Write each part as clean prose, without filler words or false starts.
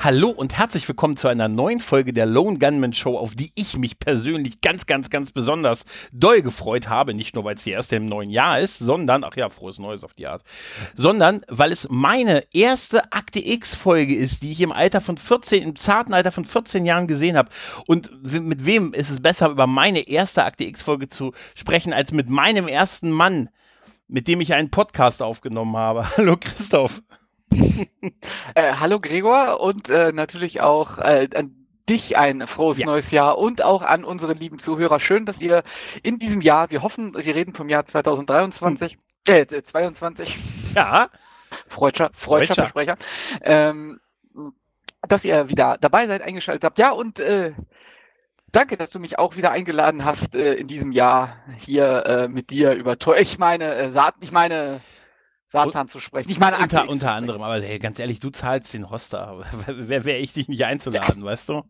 Hallo und herzlich willkommen zu einer neuen Folge der Lone Gunman Show, auf die ich mich persönlich ganz besonders doll gefreut habe. Nicht nur, weil es die erste im neuen Jahr ist, sondern, ach ja, frohes Neues auf die Art, sondern, weil es meine erste Akte X-Folge ist, die ich im zarten Alter von 14 Jahren gesehen habe. Und mit wem ist es besser, über meine erste Akte X-Folge zu sprechen, als mit meinem ersten Mann, mit dem ich einen Podcast aufgenommen habe. Hallo Christoph. Hallo Gregor und natürlich auch an dich ein frohes neues Jahr und auch an unsere lieben Zuhörer. Schön, dass ihr in diesem Jahr, wir hoffen, wir reden vom Jahr 2023, 22. Ja. Freudscher Versprecher. Dass ihr wieder dabei seid, eingeschaltet habt. Ja, und danke, dass du mich auch wieder eingeladen hast in diesem Jahr hier mit dir über Satan zu sprechen. Ich meine, unter anderem, aber hey, ganz ehrlich, du zahlst den Hoster. Wer wäre ich, dich nicht einzuladen, weißt du?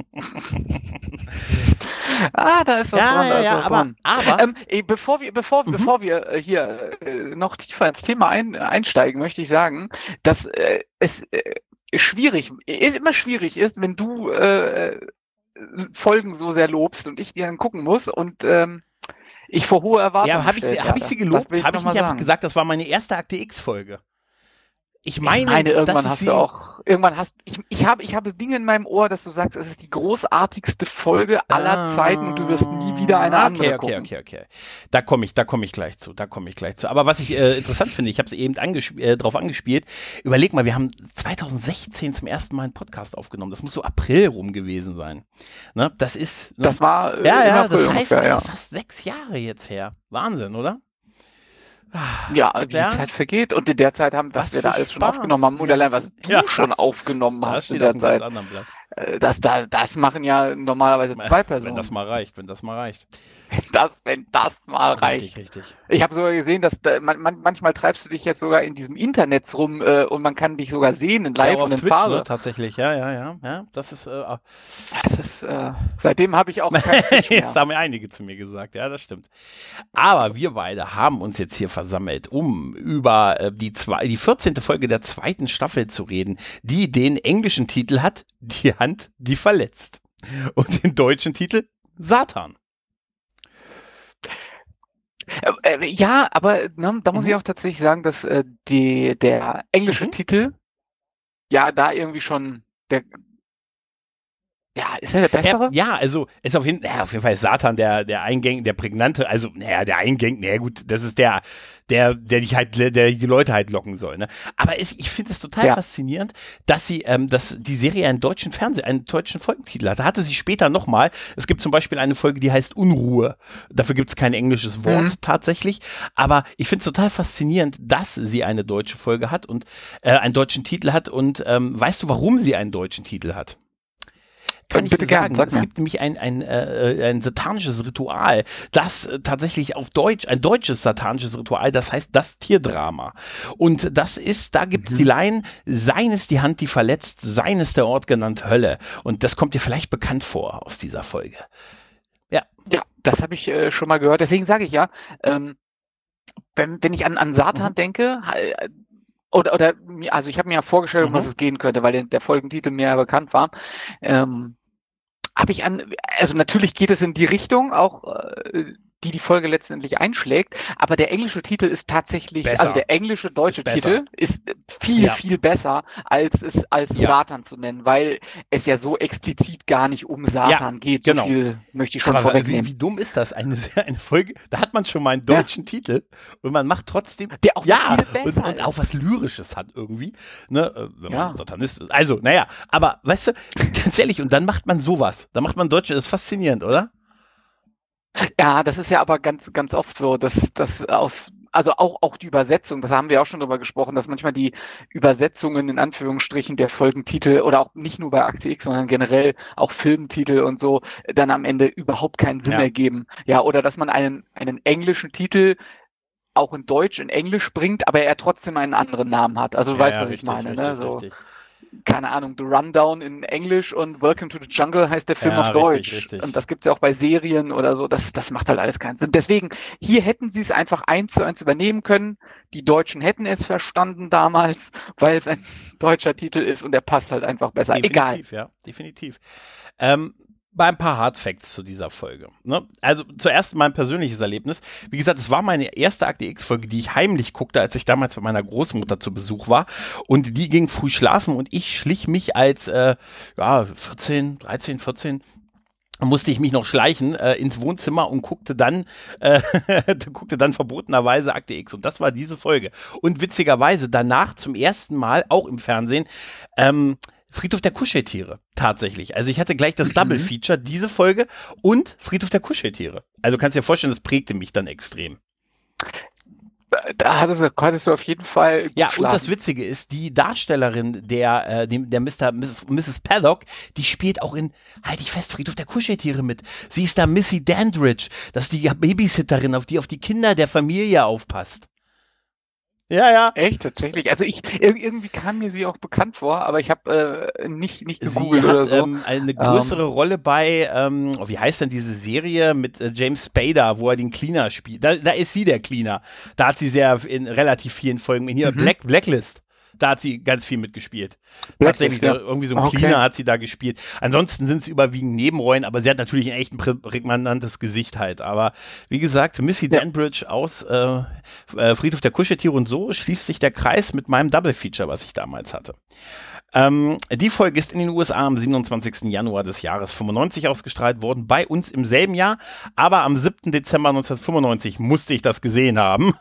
Da ist was dran. Ja, aber bevor wir hier noch tiefer ins Thema einsteigen, möchte ich sagen, dass es immer schwierig ist, wenn du Folgen so sehr lobst und ich die dann gucken muss und ich vor hohe Erwartungen. Ja, habe ich sie gelobt? Habe ich nicht einfach gesagt, das war meine erste Akte X-Folge? Ich meine, irgendwann hast du auch, ich habe Dinge in meinem Ohr, dass du sagst, es ist die großartigste Folge aller Zeiten und du wirst nie wieder eine andere gucken. Okay. Da komme ich gleich zu. Aber was ich interessant finde, ich habe es eben drauf angespielt, überleg mal, wir haben 2016 zum ersten Mal einen Podcast aufgenommen. Das muss so April rum gewesen sein. Ne? Das ist... Ne? Das war das heißt fast 6 Jahre jetzt her. Wahnsinn, oder? Ja, die Zeit vergeht und in der Zeit was wir da alles schon aufgenommen haben oder was du schon aufgenommen hast in der Zeit. Das machen ja normalerweise 2 Personen. Wenn das mal reicht. Wenn das mal reicht. Richtig. Ich habe sogar gesehen, dass manchmal treibst du dich jetzt sogar in diesem Internet rum und man kann dich sogar sehen in live und in Twitch, Farbe. Ne? Tatsächlich, ja. Das ist. Seitdem habe ich auch kein Twitch mehr. Jetzt haben mir einige zu mir gesagt, ja, das stimmt. Aber wir beide haben uns jetzt hier versammelt, um über die 14. Folge der 2. Staffel zu reden, die den englischen Titel hat, Die Hand, die verletzt. Und den deutschen Titel Satan. Ja, aber da muss ich auch tatsächlich sagen, dass der englische Titel ja da irgendwie schon ist er der bessere? Also ist auf jeden Fall ist Satan der prägnante, also das ist der die Leute halt locken soll, ne? Aber ich finde es total faszinierend, dass die Serie einen deutschen Folgentitel hat. Da hatte sie später nochmal, es gibt zum Beispiel eine Folge, die heißt Unruhe. Dafür gibt es kein englisches Wort tatsächlich, aber ich finde es total faszinierend, dass sie eine deutsche Folge hat und einen deutschen Titel hat und weißt du, warum sie einen deutschen Titel hat? Kann ich dir sagen. Es gibt nämlich ein satanisches Ritual, das tatsächlich auf Deutsch, ein deutsches satanisches Ritual, das heißt das Tierdrama. Und da gibt es die Line, sein ist die Hand, die verletzt, sein ist der Ort genannt Hölle. Und das kommt dir vielleicht bekannt vor aus dieser Folge. Ja, das habe ich schon mal gehört. Deswegen sage ich ja, wenn ich an Satan denke, also ich habe mir ja vorgestellt, um was es gehen könnte, weil der Folgentitel mir ja bekannt war. Also natürlich geht es in die Richtung, auch die Folge letztendlich einschlägt, aber der englische Titel ist tatsächlich, besser. Also der deutsche Titel ist viel besser, als es als Satan zu nennen, weil es ja so explizit gar nicht um Satan geht. Genau. So viel möchte ich schon vorwegnehmen. Wie dumm ist das? Eine Folge, da hat man schon mal einen deutschen Titel und man macht trotzdem, der auch viel besser und auch was Lyrisches hat irgendwie, ne, wenn man Satanist ist. Also, naja, aber weißt du, ganz ehrlich, und dann macht man sowas. Dann macht man Deutsche, das ist faszinierend, oder? Ja, das ist ja aber ganz oft so, dass also auch die Übersetzung, das haben wir auch schon drüber gesprochen, dass manchmal die Übersetzungen in Anführungsstrichen der Folgentitel oder auch nicht nur bei Akte X, sondern generell auch Filmtitel und so dann am Ende überhaupt keinen Sinn ergeben. Ja, oder dass man einen englischen Titel auch in Deutsch, in Englisch bringt, aber er trotzdem einen anderen Namen hat. Also du weißt, was ich meine. Richtig, ne? So. Richtig. keine Ahnung, The Rundown in Englisch und Welcome to the Jungle heißt der Film Ja, auf Deutsch. richtig. Und das gibt's ja auch bei Serien oder so. Das macht halt alles keinen Sinn. Deswegen, hier hätten sie es einfach 1:1 übernehmen können. Die Deutschen hätten es verstanden damals, weil es ein deutscher Titel ist und der passt halt einfach besser. Definitiv, Egal. ja, definitiv. Bei ein paar Hard Facts zu dieser Folge. Ne? Also zuerst mein persönliches Erlebnis. Wie gesagt, es war meine erste Akte X-Folge, die ich heimlich guckte, als ich damals bei meiner Großmutter zu Besuch war. Und die ging früh schlafen und ich schlich mich als 13, 14, musste ich mich noch schleichen ins Wohnzimmer und guckte dann verbotenerweise Akte X. Und das war diese Folge. Und witzigerweise danach zum ersten Mal, auch im Fernsehen, Friedhof der Kuscheltiere, tatsächlich. Also ich hatte gleich das Double-Feature, diese Folge und Friedhof der Kuscheltiere. Also kannst dir vorstellen, das prägte mich dann extrem. Da konntest du auf jeden Fall Ja, schlafen. und das Witzige ist, die Darstellerin der Mrs. Paddock, die spielt auch in, halt dich fest, Friedhof der Kuscheltiere mit. Sie ist da Missy Dandridge, das ist die Babysitterin, auf die Kinder der Familie aufpasst. Ja. Echt, tatsächlich. Also irgendwie kam mir sie auch bekannt vor, aber ich habe nicht gegoogelt sie hat oder so. eine größere Rolle bei, wie heißt denn diese Serie mit James Spader, wo er den Cleaner spielt. Da ist sie der Cleaner. Da hat sie in relativ vielen Folgen, hier Blacklist. Da hat sie ganz viel mitgespielt. Tatsächlich, irgendwie so ein Cleaner hat sie da gespielt. Ansonsten sind es überwiegend Nebenrollen, aber sie hat natürlich ein echt prägnantes Gesicht halt. Aber wie gesagt, Missy Dandridge aus Friedhof der Kuscheltiere und so schließt sich der Kreis mit meinem Double-Feature, was ich damals hatte. Die Folge ist in den USA am 27. Januar des Jahres 95 ausgestrahlt worden, bei uns im selben Jahr, aber am 7. Dezember 1995 musste ich das gesehen haben.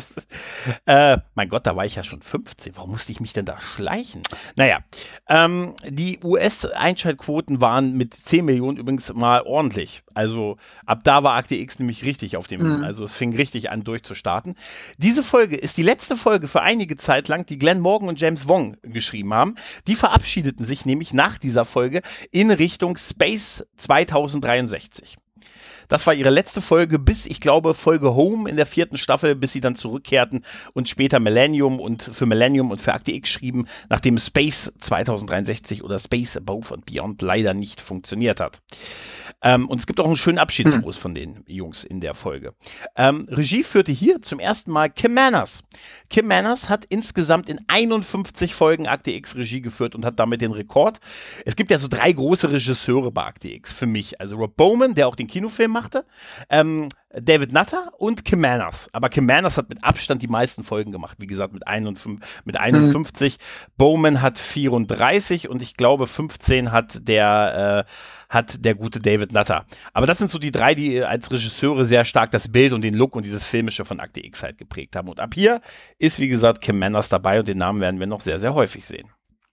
Mein Gott, da war ich ja schon 15. Warum musste ich mich denn da schleichen? Naja, die US-Einschaltquoten waren mit 10 Millionen übrigens mal ordentlich. Also ab da war Akte X nämlich richtig auf dem, also es fing richtig an durchzustarten. Diese Folge ist die letzte Folge für einige Zeit lang, die Glenn Morgan und James Wong geschrieben haben. Die verabschiedeten sich nämlich nach dieser Folge in Richtung Space 2063. Das war ihre letzte Folge bis, ich glaube, Folge Home in der 4. Staffel, bis sie dann zurückkehrten und später Millennium und für Akte X schrieben, nachdem Space 2063 oder Space Above and Beyond leider nicht funktioniert hat. Und es gibt auch einen schönen Abschiedsgruß von den Jungs in der Folge. Regie führte hier zum ersten Mal Kim Manners. Kim Manners hat insgesamt in 51 Folgen Akte X Regie geführt und hat damit den Rekord. Es gibt ja so 3 große Regisseure bei Akte X für mich. Also Rob Bowman, der auch den Kinofilm machte, David Nutter und Kim Manners. Aber Kim Manners hat mit Abstand die meisten Folgen gemacht. Wie gesagt, mit 51. Bowman hat 34 und ich glaube 15 hat der gute David Nutter. Aber das sind so die 3, die als Regisseure sehr stark das Bild und den Look und dieses Filmische von Akte X halt geprägt haben. Und ab hier ist, wie gesagt, Kim Manners dabei und den Namen werden wir noch sehr, sehr häufig sehen.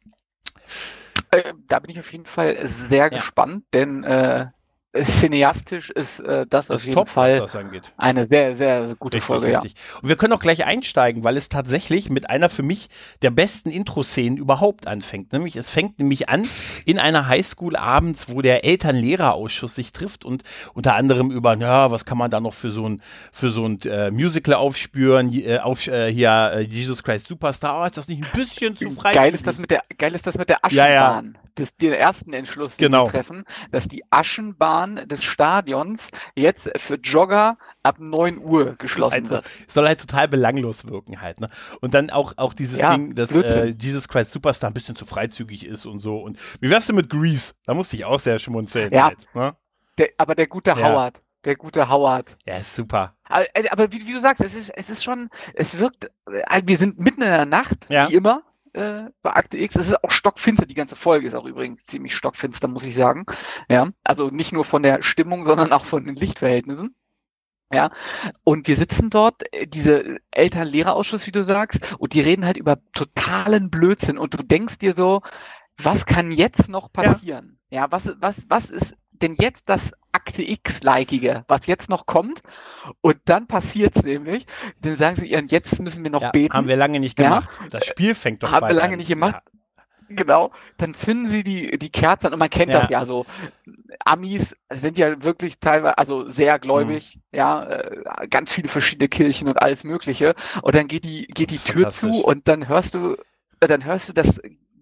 Da bin ich auf jeden Fall sehr gespannt, denn cineastisch ist das auf jeden Fall was das angeht. eine sehr, sehr gute Folge, ja. Und wir können auch gleich einsteigen, weil es tatsächlich mit einer für mich der besten Intro-Szenen überhaupt anfängt. Es fängt nämlich an in einer Highschool abends, wo der Eltern-Lehrer-Ausschuss sich trifft und unter anderem über, was kann man da noch für so ein Musical aufspüren, Jesus Christ Superstar, ist das nicht ein bisschen zu frei? Geil ist das mit der Aschenbahn. Den ersten Entschluss, den wir treffen, dass die Aschenbahn des Stadions jetzt für Jogger ab 9 Uhr geschlossen wird. Soll halt total belanglos wirken halt, ne? Und dann auch dieses Ding, dass Jesus Christ Superstar ein bisschen zu freizügig ist und so. Und wie wär's denn mit Grease? Da musste ich auch sehr schmunzeln. Ja, halt, ne? aber der gute Howard. Der gute Howard. Ja, ist super. Aber wie du sagst, es wirkt, wir sind mitten in der Nacht, wie immer. Bei Akte X. Es ist auch stockfinster, die ganze Folge ist auch übrigens ziemlich stockfinster, muss ich sagen. Ja, also nicht nur von der Stimmung, sondern auch von den Lichtverhältnissen. Ja, und wir sitzen dort, diese Eltern-Lehrer-Ausschuss, wie du sagst, und die reden halt über totalen Blödsinn und du denkst dir so, was kann jetzt noch passieren? Ja, was ist denn jetzt das Akte X-Likeige, was jetzt noch kommt? Und dann passiert's nämlich. Dann sagen sie, und jetzt müssen wir noch beten. Haben wir lange nicht gemacht. Das Spiel fängt doch bald an. Haben wir lange nicht gemacht. Ja. Genau. Dann zünden sie die Kerzen an und man kennt das ja so. Amis sind ja wirklich teilweise, also sehr gläubig, ganz viele verschiedene Kirchen und alles Mögliche. Und dann geht die Tür zu und dann hörst du das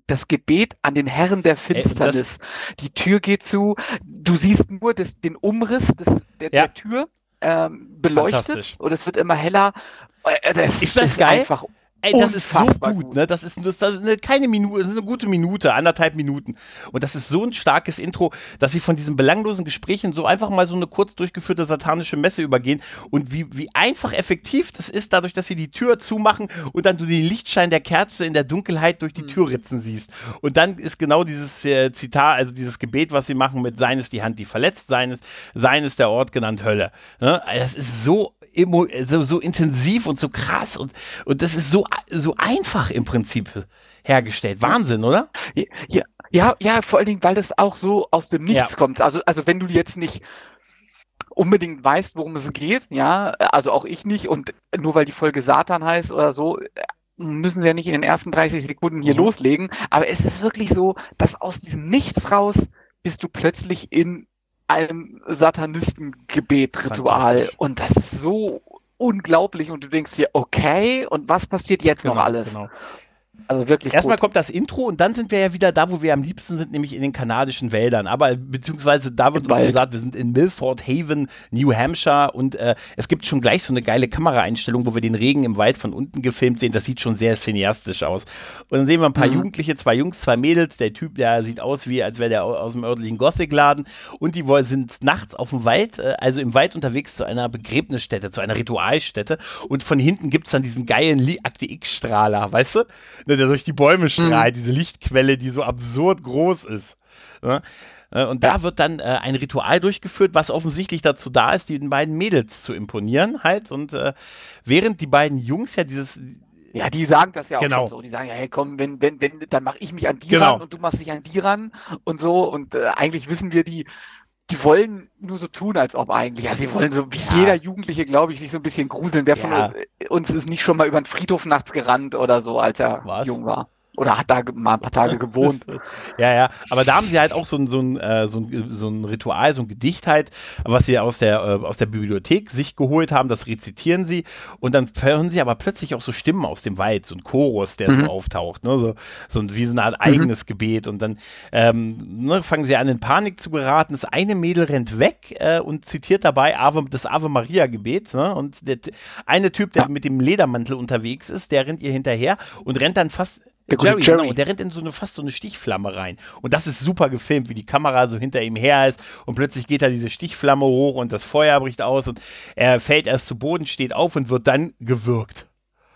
das Gebet an den Herren der Finsternis. Die Tür geht zu, du siehst nur den Umriss der Tür beleuchtet und es wird immer heller. Ist das geil? Einfach das ist so gut, ne? Das ist keine Minute, das ist eine gute Minute, 1,5 Minuten. Und das ist so ein starkes Intro, dass sie von diesen belanglosen Gesprächen so einfach mal so eine kurz durchgeführte satanische Messe übergehen und wie einfach effektiv das ist, dadurch, dass sie die Tür zumachen und dann du den Lichtschein der Kerze in der Dunkelheit durch die Tür ritzen siehst. Und dann ist genau dieses Zitat, also dieses Gebet, was sie machen mit sein ist die Hand, die verletzt, sein ist der Ort genannt Hölle. Ne? Das ist so intensiv und so krass und das ist so einfach im Prinzip hergestellt. Wahnsinn, oder? Ja, vor allen Dingen, weil das auch so aus dem Nichts kommt. Also wenn du jetzt nicht unbedingt weißt, worum es geht, ja, also auch ich nicht und nur weil die Folge Satan heißt oder so, müssen sie ja nicht in den ersten 30 Sekunden hier loslegen, aber es ist wirklich so, dass aus diesem Nichts raus bist du plötzlich in einem Satanistengebet-Ritual und das ist so unglaublich und du denkst dir, okay, und was passiert jetzt noch alles? Genau. Also wirklich erstmal kommt das Intro und dann sind wir ja wieder da, wo wir am liebsten sind, nämlich in den kanadischen Wäldern. Aber beziehungsweise da wird uns gesagt, wir sind in Milford Haven, New Hampshire und es gibt schon gleich so eine geile Kameraeinstellung, wo wir den Regen im Wald von unten gefilmt sehen. Das sieht schon sehr cineastisch aus. Und dann sehen wir ein paar Jugendliche, 2 Jungs, 2 Mädels. Der Typ, der sieht aus wie, als wäre der aus dem örtlichen Gothic-Laden. Und die sind nachts auf dem Wald, also im Wald unterwegs zu einer Begräbnisstätte, zu einer Ritualstätte. Und von hinten gibt es dann diesen geilen Akte X-Strahler, weißt du? Der durch die Bäume strahlt, diese Lichtquelle, die so absurd groß ist. Ne? Und da wird dann ein Ritual durchgeführt, was offensichtlich dazu da ist, den beiden Mädels zu imponieren halt. Und während die beiden Jungs ja dieses... Ja, die sagen das ja auch schon so. Die sagen ja, hey komm, wenn, dann mache ich mich an die ran und du machst dich an die ran und so. Und eigentlich wissen wir, die wollen nur so tun, als ob eigentlich. Ja, sie wollen so wie jeder Jugendliche, glaube ich, sich so ein bisschen gruseln. Wer von uns ist nicht schon mal über den Friedhof nachts gerannt oder so, als er jung war? Oder hat da mal ein paar Tage gewohnt. Ja, aber da haben sie halt auch so ein Ritual, so ein Gedicht halt, was sie aus der Bibliothek sich geholt haben, das rezitieren sie und dann hören sie aber plötzlich auch so Stimmen aus dem Wald, so ein Chorus, der so auftaucht, ne? Wie so eine Art eigenes Gebet und dann fangen sie an, in Panik zu geraten. Das eine Mädel rennt weg und zitiert dabei das Ave Maria Gebet, ne? Und der eine Typ, der mit dem Ledermantel unterwegs ist, der rennt ihr hinterher und rennt dann fast Jerry. Genau, der rennt in fast so eine Stichflamme rein. Und das ist super gefilmt, wie die Kamera so hinter ihm her ist und plötzlich geht da diese Stichflamme hoch und das Feuer bricht aus und er fällt erst zu Boden, steht auf und wird dann gewürgt.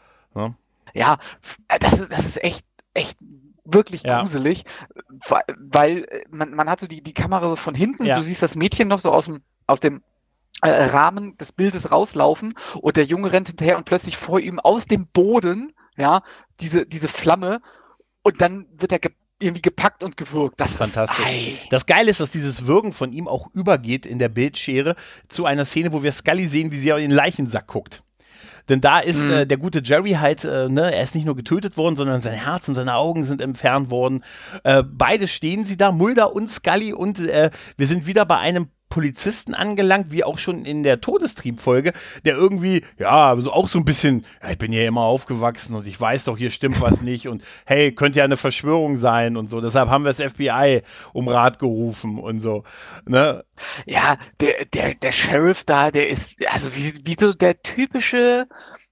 Ja, das ist echt wirklich gruselig, weil man hat so die Kamera so von hinten, du siehst das Mädchen noch so aus dem Rahmen des Bildes rauslaufen und der Junge rennt hinterher und plötzlich vor ihm aus dem Boden, diese Flamme und dann wird er irgendwie gepackt und gewürgt. Das ist fantastisch. Das Geile ist, dass dieses Würgen von ihm auch übergeht in der Bildschere zu einer Szene, wo wir Scully sehen, wie sie in den Leichensack guckt. Denn da ist der gute Jerry halt, er ist nicht nur getötet worden, sondern sein Herz und seine Augen sind entfernt worden. Beide stehen sie da, Mulder und Scully und wir sind wieder bei einem Polizisten angelangt, wie auch schon in der Todestrieb-Folge, der irgendwie, auch so ein bisschen, ich bin hier immer aufgewachsen und ich weiß doch, hier stimmt was nicht und hey, könnte ja eine Verschwörung sein und so, deshalb haben wir das FBI um Rat gerufen und so, ne? Ja, der Sheriff da, der ist, also wie so der typische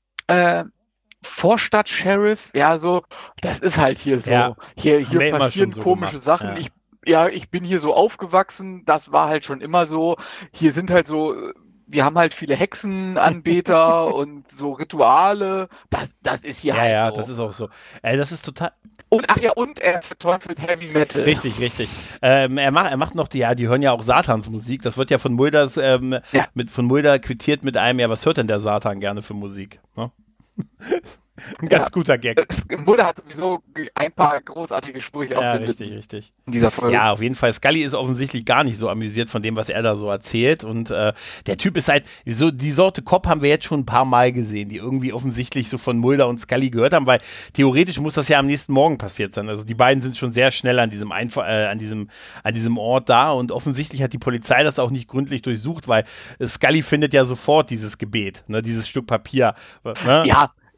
Vorstadt-Sheriff, so, das ist halt hier so, hier passieren so komische Sachen, ich bin hier so aufgewachsen, das war halt schon immer so. Hier sind halt so, wir haben halt viele Hexenanbeter und so Rituale. Das ist hier halt so. Ja, das ist auch so. Das ist total... Und er verteufelt Heavy Metal. Richtig. Er macht noch die hören ja auch Satansmusik. Das wird ja von Mulder von Mulder quittiert mit einem, was hört denn der Satan gerne für Musik? Ne? Ein ganz guter Gag. Mulder hat sowieso ein paar großartige Sprüche auf den Lippen richtig. In dieser Folge. Ja, auf jeden Fall. Scully ist offensichtlich gar nicht so amüsiert von dem, was er da so erzählt. Und der Typ ist halt, so die Sorte Cop haben wir jetzt schon ein paar Mal gesehen, die irgendwie offensichtlich so von Mulder und Scully gehört haben, weil theoretisch muss das ja am nächsten Morgen passiert sein. Also die beiden sind schon sehr schnell an diesem Ort da und offensichtlich hat die Polizei das auch nicht gründlich durchsucht, weil Scully findet ja sofort dieses Gebet, ne, dieses Stück Papier. Ne? Ja.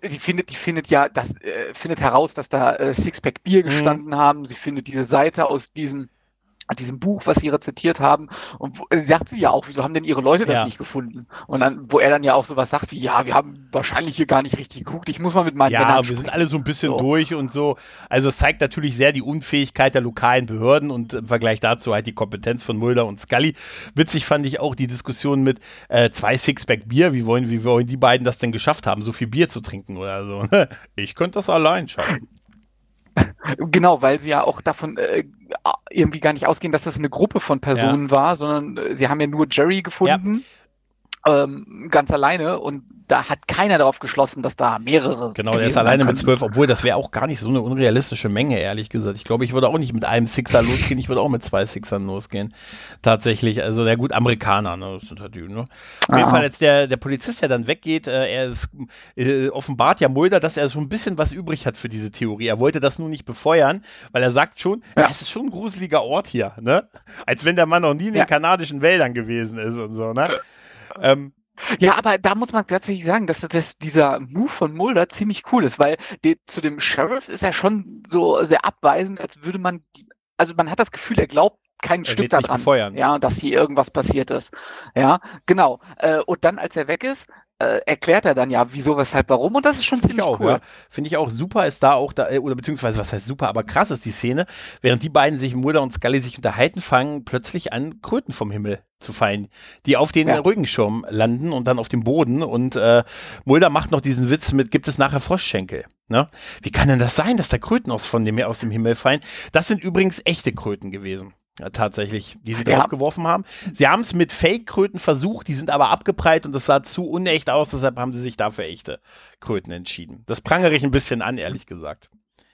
die findet ja, findet heraus, dass da Sixpack Bier gestanden haben. Sie findet diese Seite aus diesem Buch, was sie rezitiert haben. Und sagt sie ja auch, wieso haben denn ihre Leute das nicht gefunden? Und dann, wo er dann ja auch sowas sagt wie, ja, wir haben wahrscheinlich hier gar nicht richtig geguckt, ich muss mal mit meinen Männern Ja, wir sprechen. sind alle so ein bisschen durch und so. Also es zeigt natürlich sehr die Unfähigkeit der lokalen Behörden und im Vergleich dazu halt die Kompetenz von Mulder und Scully. Witzig fand ich auch die Diskussion mit 2 Sixpack Bier. Wie wollen die beiden das denn geschafft haben, so viel Bier zu trinken oder so? Ich könnte das allein schaffen. Genau, weil sie ja auch davon irgendwie gar nicht ausgehen, dass das eine Gruppe von Personen war, sondern sie haben ja nur Jerry gefunden, ganz alleine, und da hat keiner darauf geschlossen, dass da mehrere Genau, der ist alleine mit 12, obwohl das wäre auch gar nicht so eine unrealistische Menge, ehrlich gesagt. Ich glaube, ich würde auch nicht mit einem Sixer losgehen, ich würde auch mit 2 Sixern losgehen. Tatsächlich, also na gut, Amerikaner, ne? Das sind halt die, ne? Auf jeden Fall, als der Polizist, der dann weggeht, offenbart ja Mulder, dass er so ein bisschen was übrig hat für diese Theorie. Er wollte das nur nicht befeuern, weil er sagt schon, es ist schon ein gruseliger Ort hier, ne? Als wenn der Mann noch nie in den kanadischen Wäldern gewesen ist und so, ne? Ja, aber da muss man tatsächlich sagen, dass dieser Move von Mulder ziemlich cool ist, weil zu dem Sheriff ist er schon so sehr abweisend, als würde man, also man hat das Gefühl, er glaubt kein Stück daran, ja, dass hier irgendwas passiert ist. Ja, genau. Und dann, als er weg ist, erklärt er dann ja, wieso, weshalb, warum, und das ist schon ziemlich cool. Ja. Finde ich auch super, ist da auch, oder beziehungsweise, was heißt super, aber krass ist die Szene, während die beiden sich, Mulder und Scully, sich unterhalten, fangen plötzlich an, Kröten vom Himmel zu fallen, die auf den Rügenschirm landen und dann auf dem Boden, und Mulder macht noch diesen Witz mit, gibt es nachher Froschschenkel? Ne? Wie kann denn das sein, dass da Kröten aus dem Himmel fallen? Das sind übrigens echte Kröten gewesen. Ja, tatsächlich, die sie draufgeworfen haben. Sie haben es mit Fake-Kröten versucht, die sind aber abgeprallt und das sah zu unecht aus, deshalb haben sie sich dafür echte Kröten entschieden. Das prangere ich ein bisschen an, ehrlich gesagt.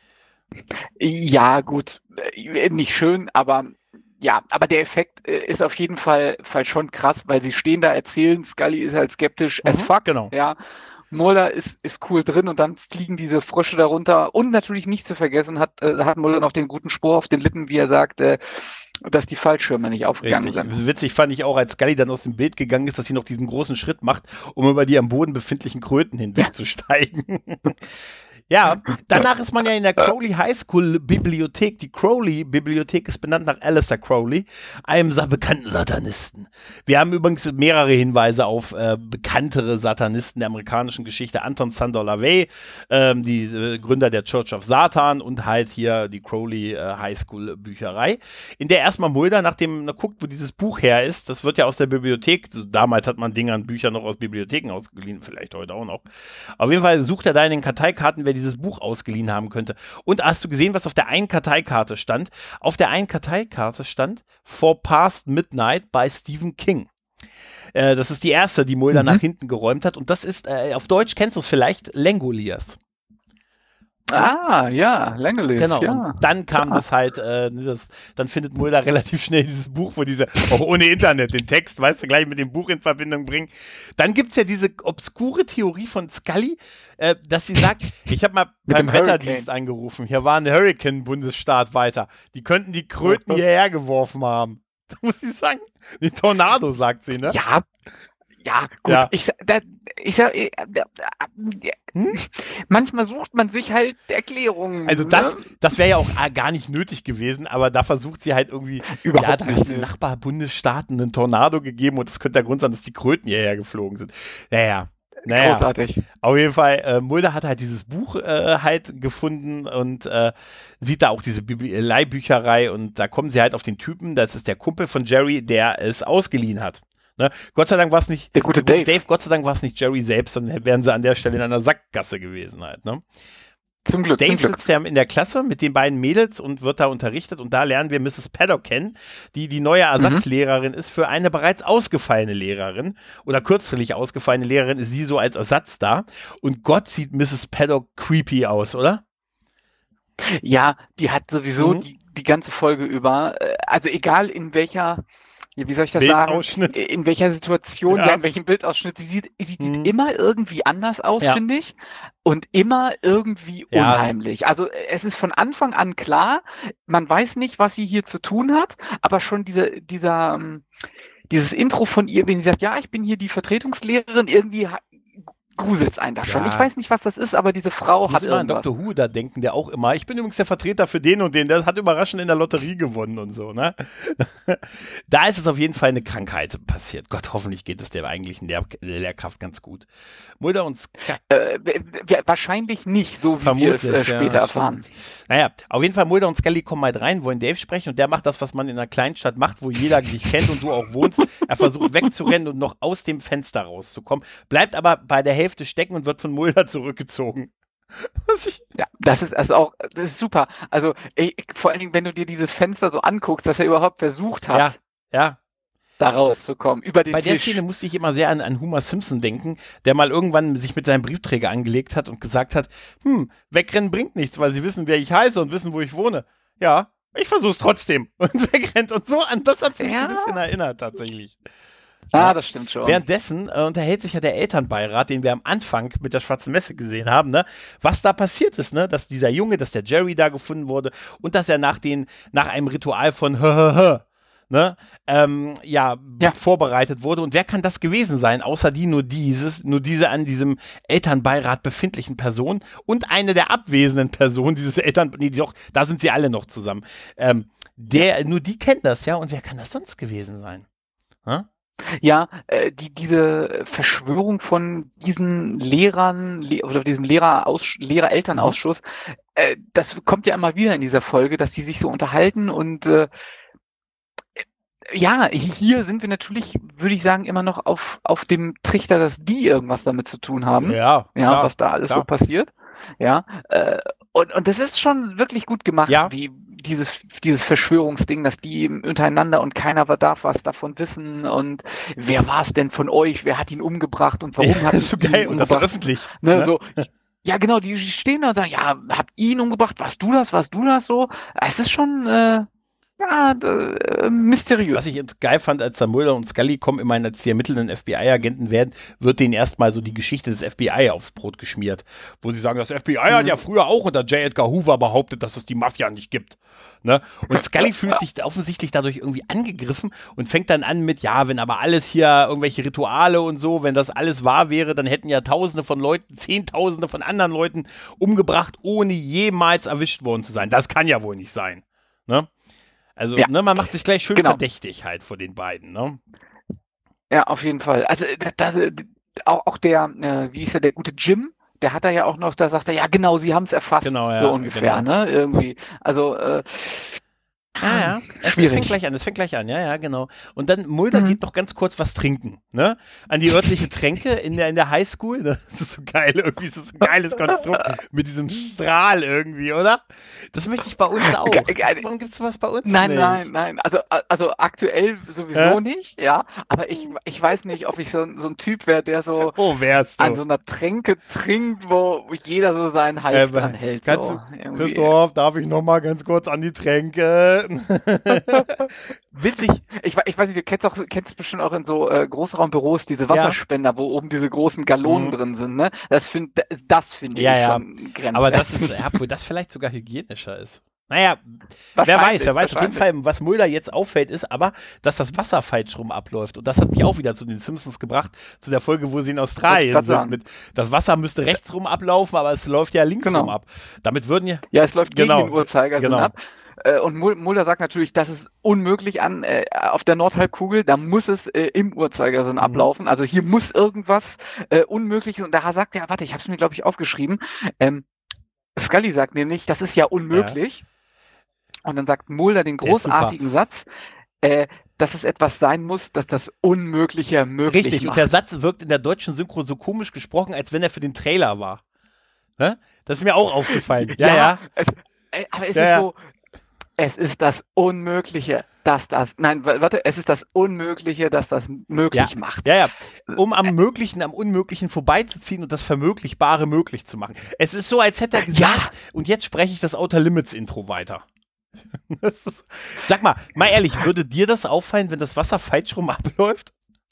Ja, gut, nicht schön, aber ja, aber der Effekt ist auf jeden Fall schon krass, weil sie stehen da, erzählen, Scully ist halt skeptisch as fuck, ja. Mulder ist cool drin und dann fliegen diese Frösche darunter, und natürlich nicht zu vergessen hat Mulder noch den guten Spruch auf den Lippen, wie er sagt, dass die Fallschirme nicht aufgegangen sind. Witzig fand ich auch, als Scully dann aus dem Bild gegangen ist, dass sie noch diesen großen Schritt macht, um über die am Boden befindlichen Kröten hinwegzusteigen. Ja, danach ist man ja in der Crowley High School Bibliothek. Die Crowley Bibliothek ist benannt nach Aleister Crowley, einem bekannten Satanisten. Wir haben übrigens mehrere Hinweise auf bekanntere Satanisten der amerikanischen Geschichte. Anton Sandor LaVey, die Gründer der Church of Satan, und halt hier die Crowley High School Bücherei. In der erstmal Mulder, nachdem er guckt, wo dieses Buch her ist, das wird ja aus der Bibliothek, damals hat man Dinge an Büchern noch aus Bibliotheken ausgeliehen, vielleicht heute auch noch. Auf jeden Fall sucht er da in den Karteikarten, wer dieses Buch ausgeliehen haben könnte. Und hast du gesehen, was auf der einen Karteikarte stand? Auf der einen Karteikarte stand For Past Midnight by Stephen King. Das ist die erste, die Mulder nach hinten geräumt hat. Und das ist, auf Deutsch kennst du es vielleicht, Langoliers. Ah, ja, Langoliers. Genau, ja. Und dann kam das halt, dann findet Mulder relativ schnell dieses Buch, wo auch ohne Internet, den Text, weißt du, gleich mit dem Buch in Verbindung bringen. Dann gibt es ja diese obskure Theorie von Scully, dass sie sagt, ich habe mal beim Wetterdienst angerufen, hier war ein Hurricane-Bundesstaat weiter. Die könnten die Kröten hierher geworfen haben. Da muss ich sagen, den Tornado, sagt sie, ne? Ja, gut, manchmal sucht man sich halt Erklärungen. Also das wäre ja auch gar nicht nötig gewesen, aber da versucht sie halt irgendwie, da hat es in Nachbarbundesstaaten einen Tornado gegeben und das könnte der Grund sein, dass die Kröten hierher geflogen sind. Naja. Großartig. Auf jeden Fall, Mulder hat halt dieses Buch halt gefunden und sieht da auch diese Leihbücherei, und da kommen sie halt auf den Typen, das ist der Kumpel von Jerry, der es ausgeliehen hat. Ne? Gott sei Dank war es nicht der gute Dave. Gott sei Dank war es nicht Jerry selbst, dann wären sie an der Stelle in einer Sackgasse gewesen halt. Ne? Zum Glück. Dave sitzt ja in der Klasse mit den beiden Mädels und wird da unterrichtet, und da lernen wir Mrs. Paddock kennen, die neue Ersatzlehrerin ist für eine bereits ausgefallene Lehrerin, oder kürzlich ausgefallene Lehrerin ist sie so als Ersatz da, und Gott sieht Mrs. Paddock creepy aus, oder? Ja, die hat sowieso die ganze Folge über, also egal in welcher, wie soll ich das sagen? In welcher Situation, in welchem Bildausschnitt. Sie sieht immer irgendwie anders aus, finde ich. Und immer irgendwie unheimlich. Also es ist von Anfang an klar, man weiß nicht, was sie hier zu tun hat, aber schon dieses Intro von ihr, wenn sie sagt, ja, ich bin hier die Vertretungslehrerin, irgendwie gruselt's einen da schon. Ja. Ich weiß nicht, was das ist, aber diese Frau Ich hat muss immer an irgendwas. Dr. Who da denken, der auch immer, ich bin übrigens der Vertreter für den und den, der hat überraschend in der Lotterie gewonnen und so, ne? Da ist es auf jeden Fall eine Krankheit passiert. Gott, hoffentlich geht es der eigentlichen Lehrkraft ganz gut. Mulder und Scully. Wahrscheinlich nicht, so wie Vermutlich, wir es später ja, erfahren. Naja, auf jeden Fall Mulder und Scully kommen halt rein, wollen Dave sprechen und der macht das, was man in einer Kleinstadt macht, wo jeder dich kennt und du auch wohnst. Er versucht wegzurennen und noch aus dem Fenster rauszukommen, bleibt aber bei der Hälfte stecken und wird von Mulder zurückgezogen. Ja, das ist super. Also vor allen Dingen, wenn du dir dieses Fenster so anguckst, dass er überhaupt versucht hat, Ja. da rauszukommen, über den Bei der Tisch. Szene musste ich immer sehr an Homer Simpson denken, der mal irgendwann sich mit seinem Briefträger angelegt hat und gesagt hat, wegrennen bringt nichts, weil sie wissen, wer ich heiße und wissen, wo ich wohne. Ja, ich versuch's trotzdem. Und wegrennt und so an. Das hat mich ein bisschen erinnert, tatsächlich. Ja, das stimmt schon. Währenddessen unterhält sich ja der Elternbeirat, den wir am Anfang mit der Schwarzen Messe gesehen haben, ne? Was da passiert ist, ne? Dass dieser Junge, dass der Jerry da gefunden wurde und dass er nach einem Ritual von ne? Vorbereitet wurde. Und wer kann das gewesen sein, außer nur diese an diesem Elternbeirat befindlichen Person und eine der abwesenden Personen dieses da sind sie alle noch zusammen. Nur die kennen das, ja, und wer kann das sonst gewesen sein? Hm? Ja, diese Verschwörung von diesen Lehrern oder diesem Lehrer-Elternausschuss, das kommt ja immer wieder in dieser Folge, dass die sich so unterhalten und ja, hier sind wir natürlich, würde ich sagen, immer noch auf dem Trichter, dass die irgendwas damit zu tun haben. Ja, klar, was da alles so passiert. Ja, und das ist schon wirklich gut gemacht, wie dieses Verschwörungsding, dass die untereinander und keiner darf was davon wissen und wer war es denn von euch, wer hat ihn umgebracht und warum hat ist so geil und das war öffentlich. Ne? So, ja, genau, die stehen da und sagen, ja, habt ihr ihn umgebracht, warst du das so? Es ist schon mysteriös. Was ich jetzt geil fand, als dann Mulder und Scully kommen, immerhin als die ermittelnden FBI-Agenten werden, wird denen erstmal so die Geschichte des FBI aufs Brot geschmiert. Wo sie sagen, das FBI hat ja früher auch unter J. Edgar Hoover behauptet, dass es die Mafia nicht gibt. Ne? Und Scully fühlt sich offensichtlich dadurch irgendwie angegriffen und fängt dann an mit, ja, wenn aber alles hier irgendwelche Rituale und so, wenn das alles wahr wäre, dann hätten ja Tausende von Leuten, Zehntausende von anderen Leuten umgebracht, ohne jemals erwischt worden zu sein. Das kann ja wohl nicht sein. Ne? Also, man macht sich gleich schön verdächtig halt vor den beiden, ne? Ja, auf jeden Fall. Also, auch der, wie ist der gute Jim, der hat da ja auch noch, da sagt er, ja genau, sie haben es erfasst, so ungefähr, ne? Irgendwie. Also, es fängt gleich an, ja, genau. Und dann Mulder geht noch ganz kurz was trinken, ne? An die örtliche Tränke in der Highschool. Das ist so geil, irgendwie ist das so ein geiles Konstrukt mit diesem Strahl irgendwie, oder? Das möchte ich bei uns auch. Warum gibt es was bei uns Nein. Also aktuell sowieso nicht, ja. Aber ich weiß nicht, ob ich so ein Typ wäre, der so an so einer Tränke trinkt, wo jeder so seinen Hals dran hält. Christoph, darf ich noch mal ganz kurz an die Tränke? Witzig. Ich weiß nicht, du kennst bestimmt auch in so Großraumbüros diese Wasserspender, wo oben diese großen Gallonen drin sind, ne? Das finde ich schon grenzwertig. Aber das ist, obwohl das vielleicht sogar hygienischer ist. Naja, wer weiß. Auf jeden Fall, was Mulder jetzt auffällt, ist aber, dass das Wasser falsch rum abläuft. Und das hat mich auch wieder zu den Simpsons gebracht, zu der Folge, wo sie in Australien sind. Das Wasser müsste rechts rum ablaufen, aber es läuft ja links rum ab. Damit würden ja... Ja, es läuft gegen den Uhrzeigersinn ab. Und Mulder sagt natürlich, das ist unmöglich auf der Nordhalbkugel, da muss es im Uhrzeigersinn ablaufen. Also hier muss irgendwas Unmögliches. Und da sagt er, warte, ich habe es mir, glaube ich, aufgeschrieben. Scully sagt nämlich, das ist ja unmöglich. Und dann sagt Mulder den großartigen Satz, dass es etwas sein muss, dass das Unmögliche möglich macht. Richtig, und der Satz wirkt in der deutschen Synchro so komisch gesprochen, als wenn er für den Trailer war. Ne? Das ist mir auch aufgefallen. Ja. Aber es ist so... Es ist das Unmögliche, es ist das Unmögliche, dass das möglich macht. Ja. Um am Unmöglichen vorbeizuziehen und das Vermöglichbare möglich zu machen. Es ist so, als hätte er gesagt, und jetzt spreche ich das Outer Limits Intro weiter. Sag mal ehrlich, würde dir das auffallen, wenn das Wasser falsch rum abläuft?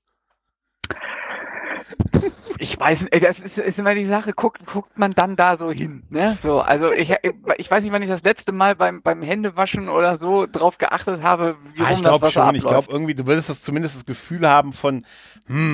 Ich weiß nicht, das ist immer die Sache, guckt man dann da so hin, ne? So, also ich weiß nicht, wann ich das letzte Mal beim Händewaschen oder so drauf geachtet habe, wie rum das Wasser abläuft. Ich glaube irgendwie, du würdest zumindest das Gefühl haben von,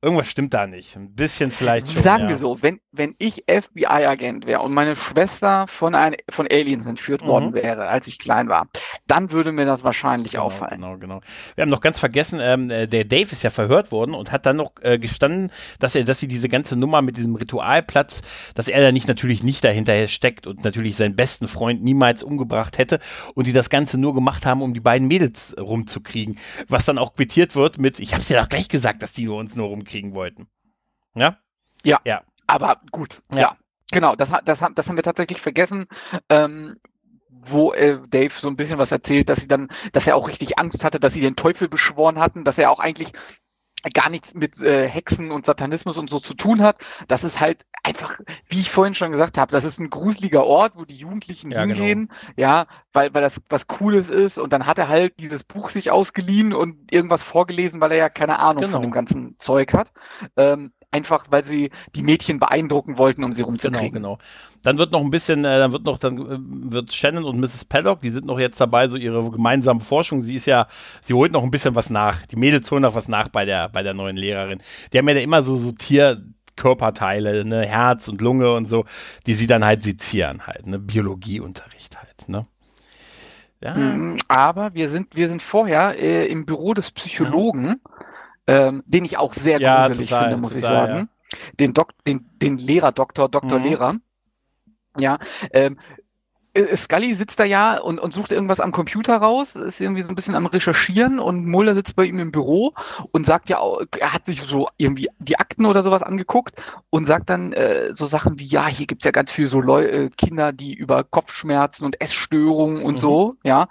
Irgendwas stimmt da nicht. Ein bisschen vielleicht schon. Sagen wir so, wenn ich FBI-Agent wäre und meine Schwester von Aliens entführt worden wäre, als ich klein war, dann würde mir das wahrscheinlich auffallen. Genau. Wir haben noch ganz vergessen, der Dave ist ja verhört worden und hat dann noch gestanden, dass sie diese ganze Nummer mit diesem Ritualplatz, dass er da natürlich nicht dahinter steckt und natürlich seinen besten Freund niemals umgebracht hätte und die das Ganze nur gemacht haben, um die beiden Mädels rumzukriegen. Was dann auch quittiert wird mit, ich hab's ja doch gleich gesagt, dass die uns nur rumkriegen wollten. Ja? Ja. Ja. Aber gut, ja. Genau, das haben wir tatsächlich vergessen, wo Dave so ein bisschen was erzählt, dass er auch richtig Angst hatte, dass sie den Teufel beschworen hatten, dass er auch eigentlich gar nichts mit Hexen und Satanismus und so zu tun hat. Das ist halt einfach, wie ich vorhin schon gesagt habe, das ist ein gruseliger Ort, wo die Jugendlichen hingehen, weil das was Cooles ist. Und dann hat er halt dieses Buch sich ausgeliehen und irgendwas vorgelesen, weil er ja keine Ahnung von dem ganzen Zeug hat. Einfach, weil sie die Mädchen beeindrucken wollten, um sie rumzukriegen. Genau. Dann wird noch ein bisschen, wird Shannon und Mrs. Paddock, die sind noch jetzt dabei, so ihre gemeinsame Forschung. Sie holt noch ein bisschen was nach. Die Mädels holen noch was nach bei der neuen Lehrerin. Die haben ja da immer so Tierkörperteile, ne, Herz und Lunge und so, die sie dann halt sezieren halt, ne, Biologieunterricht halt, ne. Ja. Aber wir sind vorher im Büro des Psychologen, den ich auch sehr gruselig finde, muss ich sagen. Ja. Den Lehrer, Dr. Lehrer. Ja, Scully sitzt da ja und sucht irgendwas am Computer raus, ist irgendwie so ein bisschen am Recherchieren und Mulder sitzt bei ihm im Büro und sagt ja, er hat sich so irgendwie die Akten oder sowas angeguckt und sagt dann so Sachen wie, ja, hier gibt's ja ganz viele so Kinder, die über Kopfschmerzen und Essstörungen und so, ja,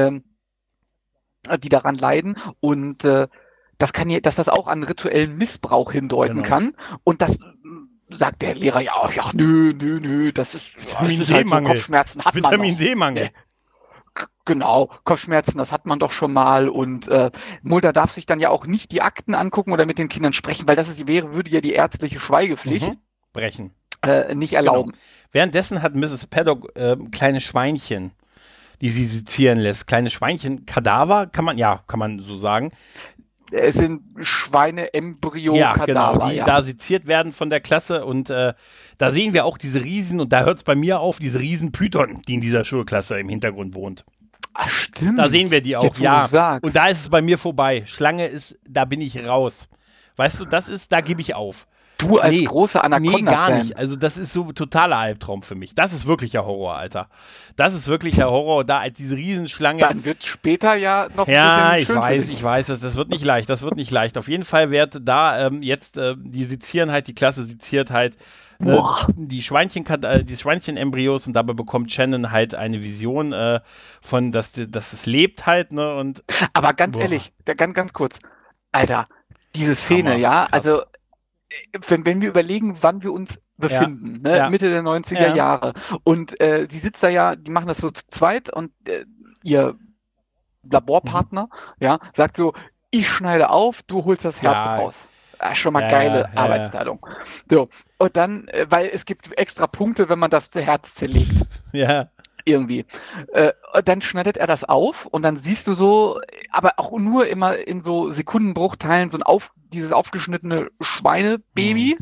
die daran leiden und dass das auch an rituellen Missbrauch hindeuten kann. Und das sagt der Lehrer ja, nö, das ist Vitamin D-Mangel. Halt so Kopfschmerzen hat Vitamin man doch. D-Mangel. Genau, Kopfschmerzen, das hat man doch schon mal. Und Mulder darf sich dann ja auch nicht die Akten angucken oder mit den Kindern sprechen, weil würde ja die ärztliche Schweigepflicht brechen. Nicht erlauben. Genau. Währenddessen hat Mrs. Paddock kleine Schweinchen, die sie sezieren lässt. Kleine Schweinchen, Kadaver, kann man so sagen. Es sind Schweine-Embryo-Kadaver. Die da seziert werden von der Klasse und da sehen wir auch diese Riesen, und da hört es bei mir auf, diese Riesen-Python, die in dieser Schulklasse im Hintergrund wohnt. Ach, stimmt. Da sehen wir die auch, Jetzt, und da ist es bei mir vorbei. Schlange da bin ich raus. Weißt du, da gebe ich auf. Du als großer Anaconda-Fan. Nee, gar nicht. Also das ist so totaler Albtraum für mich. Das ist wirklicher Horror, Alter. Das ist wirklicher Horror. Da als diese Riesenschlange. Dann wird später ja noch ein bisschen ich weiß. Das wird nicht leicht. Auf jeden Fall wird da die sezieren halt, die Klasse seziert halt die Schweinchen-Embryos, und dabei bekommt Shannon halt eine Vision von, dass es lebt halt, ne? Und aber ganz ehrlich, ganz kurz. Alter, diese Szene, Hammer, krass. Also wenn wir überlegen, wann wir uns befinden, Mitte der 90er Jahre, und sie sitzt da ja, die machen das so zu zweit, und ihr Laborpartner, sagt so, ich schneide auf, du holst das Herz raus. Schon mal geile Arbeitsteilung. So, und dann, weil es gibt extra Punkte, wenn man das Herz zerlegt. Ja. Irgendwie. Dann schneidet er das auf und dann siehst du so, aber auch nur immer in so Sekundenbruchteilen, dieses aufgeschnittene Schweinebaby,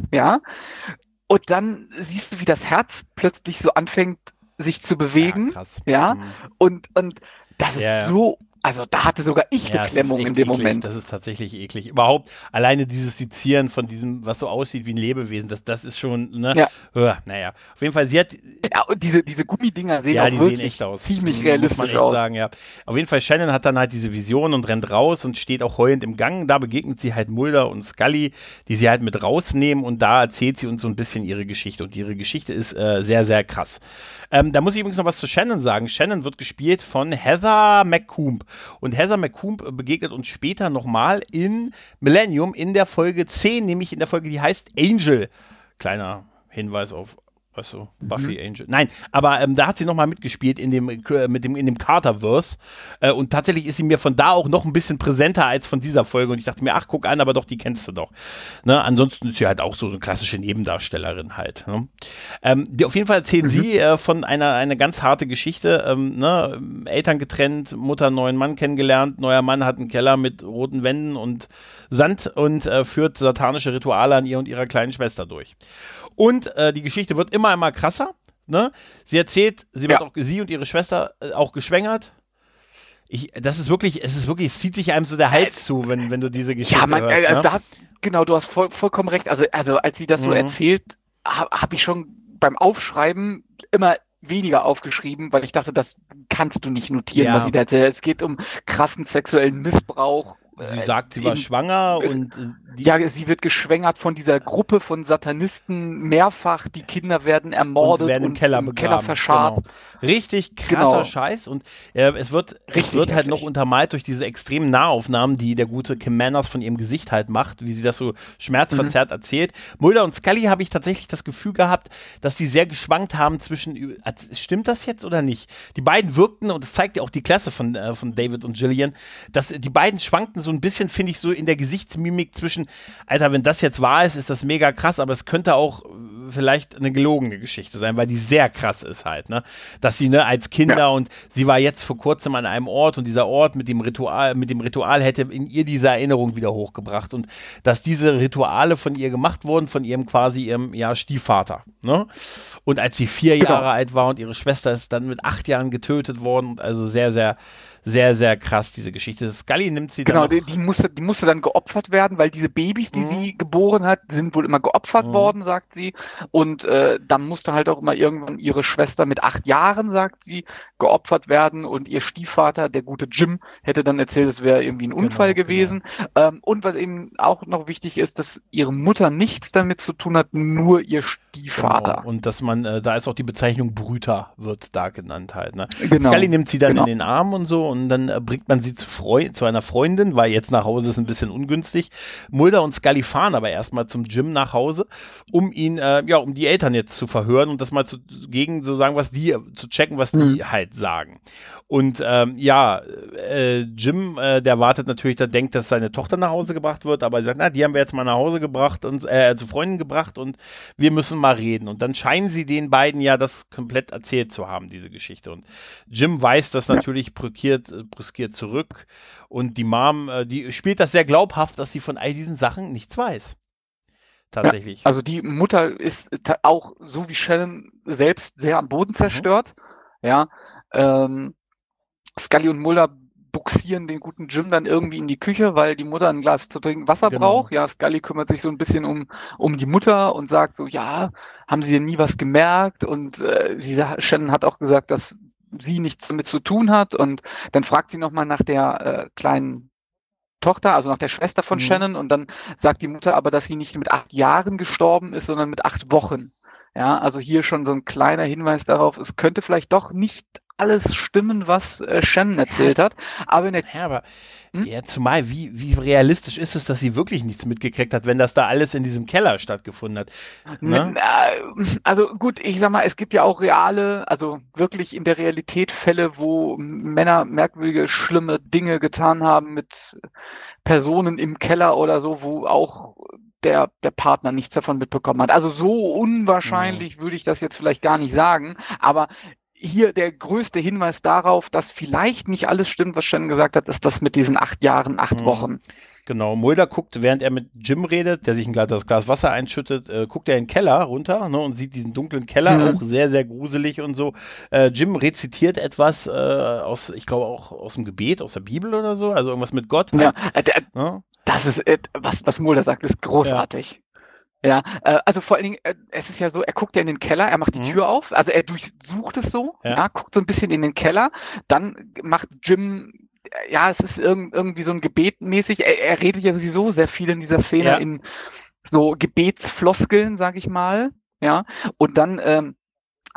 Und dann siehst du, wie das Herz plötzlich so anfängt, sich zu bewegen. Krass. Und das ist so. Also da hatte sogar ich Beklemmung in dem Moment. Das ist tatsächlich eklig. Überhaupt alleine dieses Sezieren von diesem, was so aussieht wie ein Lebewesen, das ist schon, ne? Naja, auf jeden Fall, sie hat... Ja, und diese Gummidinger sehen auch wirklich echt aus. Ziemlich realistisch muss man echt sagen, ja. Auf jeden Fall, Shannon hat dann halt diese Vision und rennt raus und steht auch heulend im Gang. Da begegnet sie halt Mulder und Scully, die sie halt mit rausnehmen, und da erzählt sie uns so ein bisschen ihre Geschichte. Und ihre Geschichte ist sehr, sehr krass. Da muss ich übrigens noch was zu Shannon sagen. Shannon wird gespielt von Heather McComb. Und Heather McComb begegnet uns später nochmal in Millennium in der Folge 10, nämlich in der Folge, die heißt Angel. Kleiner Hinweis auf Achso, Buffy Angel. Nein, aber da hat sie nochmal mitgespielt in dem Carterverse. Und tatsächlich ist sie mir von da auch noch ein bisschen präsenter als von dieser Folge. Und ich dachte mir, ach, guck an, aber doch, die kennst du doch. Ne? Ansonsten ist sie halt auch so eine klassische Nebendarstellerin halt. Ne? Auf jeden Fall erzählt sie von einer ganz harte Geschichte. Ne? Eltern getrennt, Mutter einen neuen Mann kennengelernt. Neuer Mann hat einen Keller mit roten Wänden und Sand und führt satanische Rituale an ihr und ihrer kleinen Schwester durch. Und die Geschichte wird immer krasser. Ne? Sie erzählt, wird auch, sie und ihre Schwester auch geschwängert. Es zieht sich einem so der Hals zu, wenn du diese Geschichte hörst. Ne? Genau, du hast vollkommen recht. Also als sie das so erzählt, habe ich schon beim Aufschreiben immer weniger aufgeschrieben, weil ich dachte, das kannst du nicht notieren, was sie da erzählt. Es geht um krassen sexuellen Missbrauch. Sie sagt, sie war schwanger und sie wird geschwängert von dieser Gruppe von Satanisten mehrfach. Die Kinder werden ermordet und werden im Keller verscharrt. Genau. Richtig krasser Scheiß und es wird halt noch untermalt durch diese extremen Nahaufnahmen, die der gute Kim Manners von ihrem Gesicht halt macht, wie sie das so schmerzverzerrt erzählt. Mulder und Scully habe ich tatsächlich das Gefühl gehabt, dass sie sehr geschwankt haben zwischen, stimmt das jetzt oder nicht? Die beiden wirkten, und das zeigt ja auch die Klasse von David und Gillian, dass die beiden schwankten so ein bisschen, finde ich, so in der Gesichtsmimik zwischen, Alter, wenn das jetzt wahr ist, ist das mega krass, aber es könnte auch vielleicht eine gelogene Geschichte sein, weil die sehr krass ist halt, ne? Dass sie, als Kinder und sie war jetzt vor kurzem an einem Ort und dieser Ort mit dem Ritual hätte in ihr diese Erinnerung wieder hochgebracht und dass diese Rituale von ihr gemacht wurden, von ihrem Stiefvater, ne? Und als sie 4 Jahre alt war und ihre Schwester ist dann mit 8 Jahren getötet worden, also sehr, sehr, sehr, sehr krass, diese Geschichte. Scully nimmt sie dann die musste dann geopfert werden, weil diese Babys, die sie geboren hat, sind wohl immer geopfert worden, sagt sie. Und dann musste halt auch immer irgendwann ihre Schwester mit 8 Jahren, sagt sie, geopfert werden. Und ihr Stiefvater, der gute Jim, hätte dann erzählt, es wäre irgendwie ein Unfall gewesen. Genau. Und was eben auch noch wichtig ist, dass ihre Mutter nichts damit zu tun hat, nur ihr Stiefvater. Genau. Und dass man, da ist auch die Bezeichnung Brüter, wird da genannt halt. Ne? Genau. Scully nimmt sie dann in den Arm und so und dann bringt man sie zu einer Freundin, weil jetzt nach Hause ist ein bisschen ungünstig. Mulder und Scully fahren aber erstmal zum Jim nach Hause, um ihn, um die Eltern jetzt zu verhören und das mal zu checken, was die halt sagen. Und Jim, der wartet natürlich, der denkt, dass seine Tochter nach Hause gebracht wird, aber er sagt, die haben wir jetzt mal nach Hause gebracht und zu Freunden gebracht und wir müssen mal reden. Und dann scheinen sie den beiden ja das komplett erzählt zu haben, diese Geschichte. Und Jim weiß das natürlich brüskiert zurück und die Mom, die spielt das sehr glaubhaft, dass sie von all diesen Sachen nichts weiß. Tatsächlich. Ja, also die Mutter ist auch, so wie Shannon selbst, sehr am Boden zerstört. Ja, Scully und Mulder buxieren den guten Jim dann irgendwie in die Küche, weil die Mutter ein Glas zu trinken Wasser braucht. Ja, Scully kümmert sich so ein bisschen um die Mutter und sagt so, ja, haben sie denn nie was gemerkt? Und Shannon hat auch gesagt, dass sie nichts damit zu tun hat. Und dann fragt sie nochmal nach der kleinen Tochter, also nach der Schwester von Shannon. Und dann sagt die Mutter aber, dass sie nicht mit 8 Jahren gestorben ist, sondern mit 8 Wochen. Ja, also hier schon so ein kleiner Hinweis darauf, es könnte vielleicht doch nicht alles stimmen, was Shannon erzählt hat. Aber zumal, wie realistisch ist es, dass sie wirklich nichts mitgekriegt hat, wenn das da alles in diesem Keller stattgefunden hat? Ne? Also gut, ich sag mal, es gibt ja auch also wirklich in der Realität Fälle, wo Männer merkwürdige, schlimme Dinge getan haben mit Personen im Keller oder so, wo auch der Partner nichts davon mitbekommen hat. Also so unwahrscheinlich würde ich das jetzt vielleicht gar nicht sagen, aber hier der größte Hinweis darauf, dass vielleicht nicht alles stimmt, was Shannon gesagt hat, ist das mit diesen 8 Jahren, 8 Wochen. Genau, Mulder guckt, während er mit Jim redet, der sich das Glas Wasser einschüttet, guckt er in den Keller runter und sieht diesen dunklen Keller, auch sehr, sehr gruselig und so. Jim rezitiert etwas ich glaube auch aus dem Gebet, aus der Bibel oder so, also irgendwas mit Gott. Ja, das ist, was Mulder sagt, ist großartig. Ja, also vor allen Dingen, es ist ja so, er guckt ja in den Keller, er macht die Tür auf, also er durchsucht es so, guckt so ein bisschen in den Keller, dann macht Jim, es ist irgendwie so ein Gebet mäßig, er redet ja sowieso sehr viel in dieser Szene in so Gebetsfloskeln, sag ich mal, ja, und dann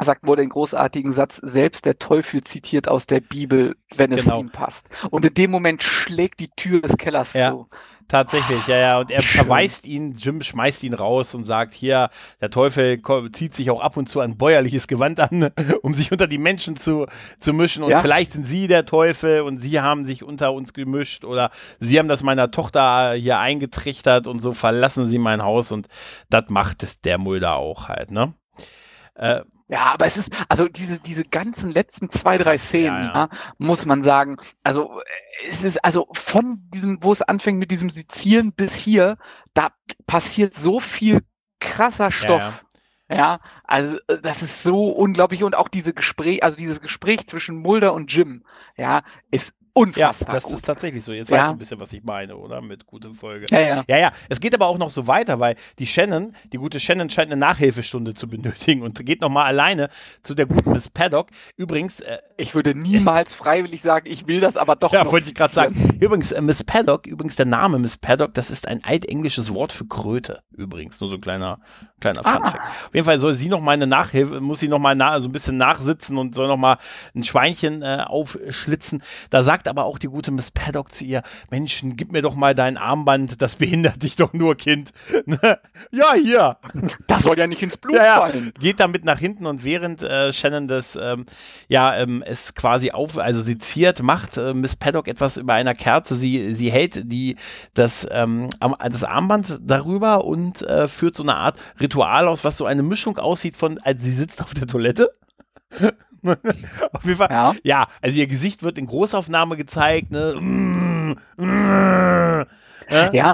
sagt wohl den großartigen Satz, selbst der Teufel zitiert aus der Bibel, wenn es ihm passt. Und in dem Moment schlägt die Tür des Kellers zu. Tatsächlich, ja. Und er verweist ihn, Jim schmeißt ihn raus und sagt, hier, der Teufel zieht sich auch ab und zu ein bäuerliches Gewand an, um sich unter die Menschen zu mischen. Und vielleicht sind sie der Teufel und sie haben sich unter uns gemischt oder sie haben das meiner Tochter hier eingetrichtert und so verlassen sie mein Haus. Und das macht der Mulder auch halt, ne? Ja, aber es ist, also diese ganzen letzten 2, 3 Szenen, muss man sagen, also es ist, also von diesem, wo es anfängt mit diesem Sezieren bis hier, da passiert so viel krasser Stoff. Ja, also das ist so unglaublich und auch dieses Gespräch zwischen Mulder und Jim, ist unfassbar. Ja, das gut. Ist tatsächlich so. Jetzt weißt du ein bisschen, was ich meine, oder? Mit gute Folge. Ja. Es geht aber auch noch so weiter, weil die gute Shannon scheint eine Nachhilfestunde zu benötigen und geht nochmal alleine zu der guten Miss Paddock. Übrigens. Ich würde niemals freiwillig sagen, ich will das aber doch. Ja, wollte ich gerade sagen. Übrigens, Miss Paddock, der Name Miss Paddock, das ist ein altenglisches Wort für Kröte. Übrigens, nur so ein kleiner Funfact. Auf jeden Fall soll sie noch mal eine Nachhilfe, muss sie noch mal so ein bisschen nachsitzen und soll noch mal ein Schweinchen aufschlitzen. Da sagt aber auch die gute Miss Paddock zu ihr, Mensch, gib mir doch mal dein Armband, das behindert dich doch nur, Kind. Ja, hier. Das soll ja nicht ins Blut fallen. Geht damit nach hinten und während Shannon das, es quasi seziert, macht Miss Paddock etwas über einer Kerze. Sie hält das Armband darüber und führt so eine Art Ritual aus, was so eine Mischung aussieht von, als sie sitzt auf der Toilette. Auf jeden Fall. Ja, also ihr Gesicht wird in Großaufnahme gezeigt. Ne? Ja,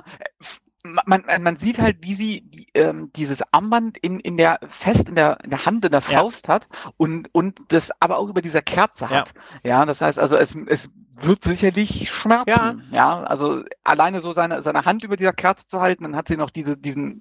man sieht halt, wie sie dieses Armband in der Hand, in der Faust hat und das aber auch über dieser Kerze hat. Ja, das heißt also, es wird sicherlich schmerzen. Ja, also alleine so seine Hand über dieser Kerze zu halten, dann hat sie noch diesen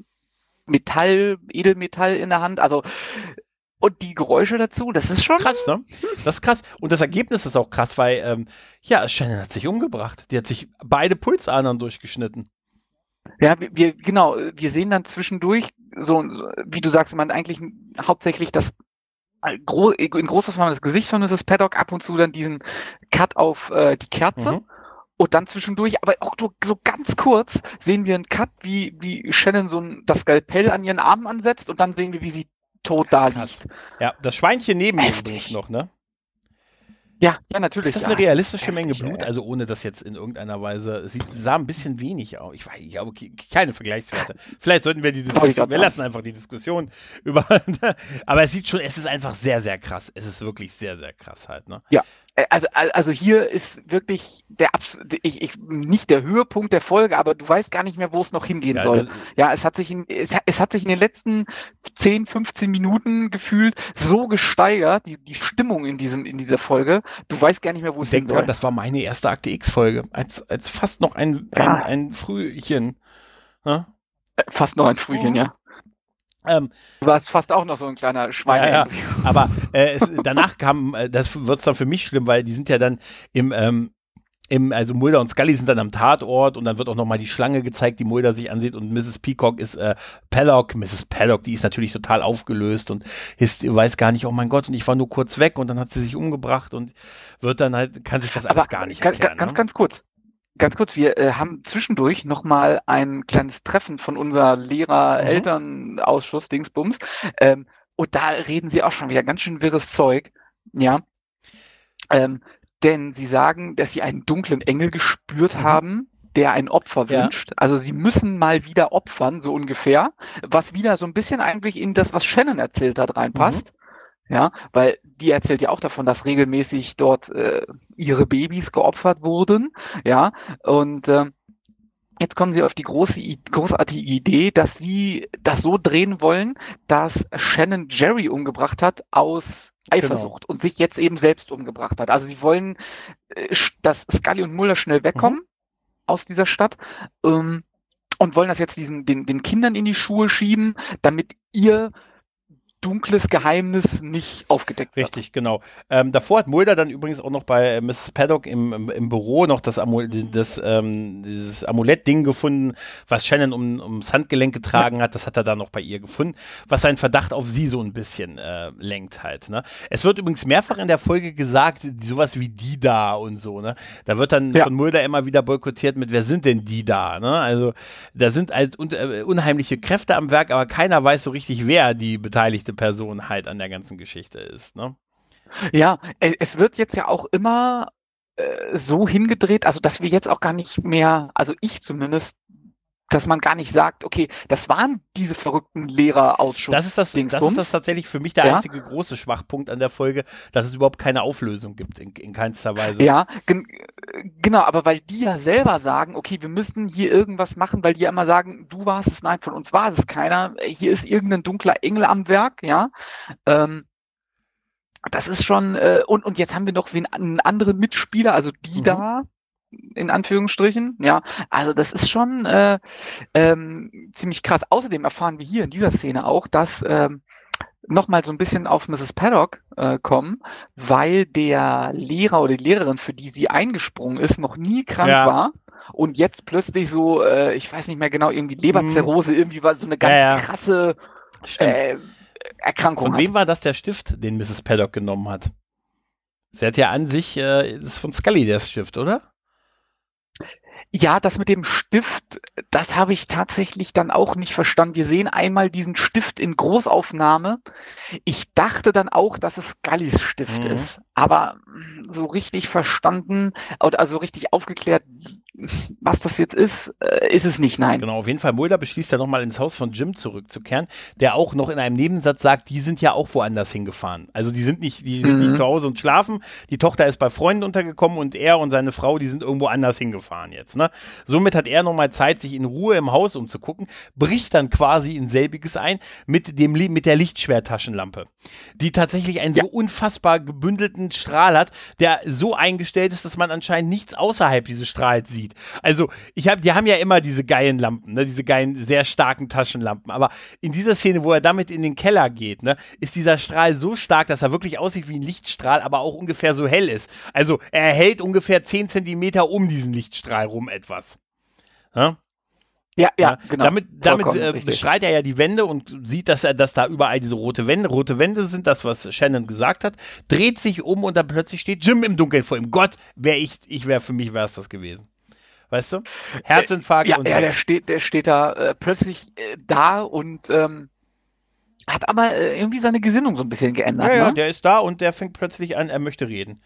Edelmetall in der Hand, also und die Geräusche dazu, das ist schon krass, ne? Das ist krass. Und das Ergebnis ist auch krass, weil, Shannon hat sich umgebracht. Die hat sich beide Pulsadern durchgeschnitten. Ja, wir sehen dann zwischendurch, so wie du sagst, man eigentlich hauptsächlich das in großer Form das Gesicht von Mrs. Paddock, ab und zu dann diesen Cut auf die Kerze. Und dann zwischendurch, aber auch so ganz kurz, sehen wir einen Cut, wie Shannon das Skalpell an ihren Armen ansetzt und dann sehen wir, wie sie tot da liegt. Ja, das Schweinchen neben mir übrigens noch, ne? Ja, natürlich. Ist das eine realistische Menge Blut? Also ohne das jetzt in irgendeiner Weise, sah ein bisschen wenig aus. Ich habe keine Vergleichswerte. Vielleicht sollten wir wir lassen einfach die Diskussion über, aber es ist einfach sehr, sehr krass. Es ist wirklich sehr, sehr krass halt, ne? Ja. Also hier ist wirklich nicht der Höhepunkt der Folge, aber du weißt gar nicht mehr, wo es noch hingehen soll. Es hat sich in den letzten 10, 15 Minuten gefühlt so gesteigert, die Stimmung in dieser Folge. Du weißt gar nicht mehr, wo es hin soll. Das war meine erste Akte X-Folge, als fast noch ein Frühchen. Ne? Fast noch ein Frühchen, ja. Du warst fast auch noch so ein kleiner Schwein. Ja. Aber danach das wird es dann für mich schlimm, weil die sind ja dann also Mulder und Scully sind dann am Tatort und dann wird auch nochmal die Schlange gezeigt, die Mulder sich ansieht und Mrs. Peacock ist Mrs. Paddock, die ist natürlich total aufgelöst und weiß gar nicht, oh mein Gott, und ich war nur kurz weg und dann hat sie sich umgebracht und wird dann halt, kann sich das alles gar nicht erklären. Ganz kurz, wir haben zwischendurch nochmal ein kleines Treffen von unser Lehrer-Elternausschuss, Dingsbums. Und da reden sie auch schon wieder ganz schön wirres Zeug. Ja. Denn sie sagen, dass sie einen dunklen Engel gespürt haben, der ein Opfer wünscht. Also sie müssen mal wieder opfern, so ungefähr. Was wieder so ein bisschen eigentlich in das, was Shannon erzählt hat, reinpasst. Ja, weil die erzählt ja auch davon, dass regelmäßig dort ihre Babys geopfert wurden. Ja, und jetzt kommen sie auf die großartige Idee, dass sie das so drehen wollen, dass Shannon Jerry umgebracht hat aus Eifersucht und sich jetzt eben selbst umgebracht hat. Also sie wollen, dass Scully und Mulder schnell wegkommen aus dieser Stadt und wollen das jetzt den Kindern in die Schuhe schieben, damit ihr dunkles Geheimnis nicht aufgedeckt wird. Richtig, genau. Davor hat Mulder dann übrigens auch noch bei Mrs. Paddock im Büro noch dieses Amulett-Ding gefunden, was Shannon ums Handgelenk getragen hat. Das hat er dann noch bei ihr gefunden, was seinen Verdacht auf sie so ein bisschen lenkt halt. Ne? Es wird übrigens mehrfach in der Folge gesagt, sowas wie die da und so. Ne? Da wird dann von Mulder immer wieder boykottiert mit, wer sind denn die da? Ne? Also da sind halt unheimliche Kräfte am Werk, aber keiner weiß so richtig, wer die beteiligte Person halt an der ganzen Geschichte ist. Ne? Ja, es wird jetzt ja auch immer so hingedreht, also dass wir jetzt auch gar nicht mehr, also ich zumindest, dass man gar nicht sagt, okay, das waren diese verrückten Lehrerausschüsse. Das ist das tatsächlich für mich der einzige große Schwachpunkt an der Folge, dass es überhaupt keine Auflösung gibt, in keinster Weise. Ja, genau, aber weil die ja selber sagen, okay, wir müssen hier irgendwas machen, weil die ja immer sagen, du warst es, nein, von uns war es keiner, hier ist irgendein dunkler Engel am Werk, ja, das ist schon, und jetzt haben wir noch einen anderen Mitspieler, also die da, in Anführungsstrichen, ja, also das ist schon ziemlich krass. Außerdem erfahren wir hier in dieser Szene auch, dass nochmal so ein bisschen auf Mrs. Paddock kommen, weil der Lehrer oder die Lehrerin, für die sie eingesprungen ist, noch nie krank war und jetzt plötzlich so, ich weiß nicht mehr genau, irgendwie Leberzirrhose, irgendwie war so eine ganz krasse Erkrankung. Von wem war das der Stift, den Mrs. Paddock genommen hat? Sie hat ja an sich, das ist von Scully der Stift, oder? Ja, das mit dem Stift, das habe ich tatsächlich dann auch nicht verstanden. Wir sehen einmal diesen Stift in Großaufnahme. Ich dachte dann auch, dass es Scullys Stift ist, aber so richtig verstanden oder also richtig aufgeklärt, was das jetzt ist es nicht, nein. Genau, auf jeden Fall. Mulder beschließt ja nochmal ins Haus von Jim zurückzukehren, der auch noch in einem Nebensatz sagt, die sind ja auch woanders hingefahren. Also die sind nicht zu Hause und schlafen, die Tochter ist bei Freunden untergekommen und er und seine Frau, die sind irgendwo anders hingefahren jetzt. Ne? Somit hat er nochmal Zeit, sich in Ruhe im Haus umzugucken, bricht dann quasi in selbiges ein mit der Lichtschwerttaschenlampe, die tatsächlich einen so unfassbar gebündelten Strahl hat, der so eingestellt ist, dass man anscheinend nichts außerhalb dieses Strahls sieht. Also, die haben ja immer diese geilen Lampen, ne, diese geilen, sehr starken Taschenlampen, aber in dieser Szene, wo er damit in den Keller geht, ne, ist dieser Strahl so stark, dass er wirklich aussieht wie ein Lichtstrahl, aber auch ungefähr so hell ist. Also, er hält ungefähr 10 Zentimeter um diesen Lichtstrahl rum etwas. Ja? Ja, genau. Damit beschreit er ja die Wände und sieht, dass da überall diese rote Wände sind, das, was Shannon gesagt hat, dreht sich um und dann plötzlich steht Jim im Dunkeln vor ihm. Gott, für mich wäre es das gewesen. Weißt du? Herzinfarkt. Der steht da plötzlich da und hat aber irgendwie seine Gesinnung so ein bisschen geändert. Ja, der ist da und der fängt plötzlich an, er möchte reden.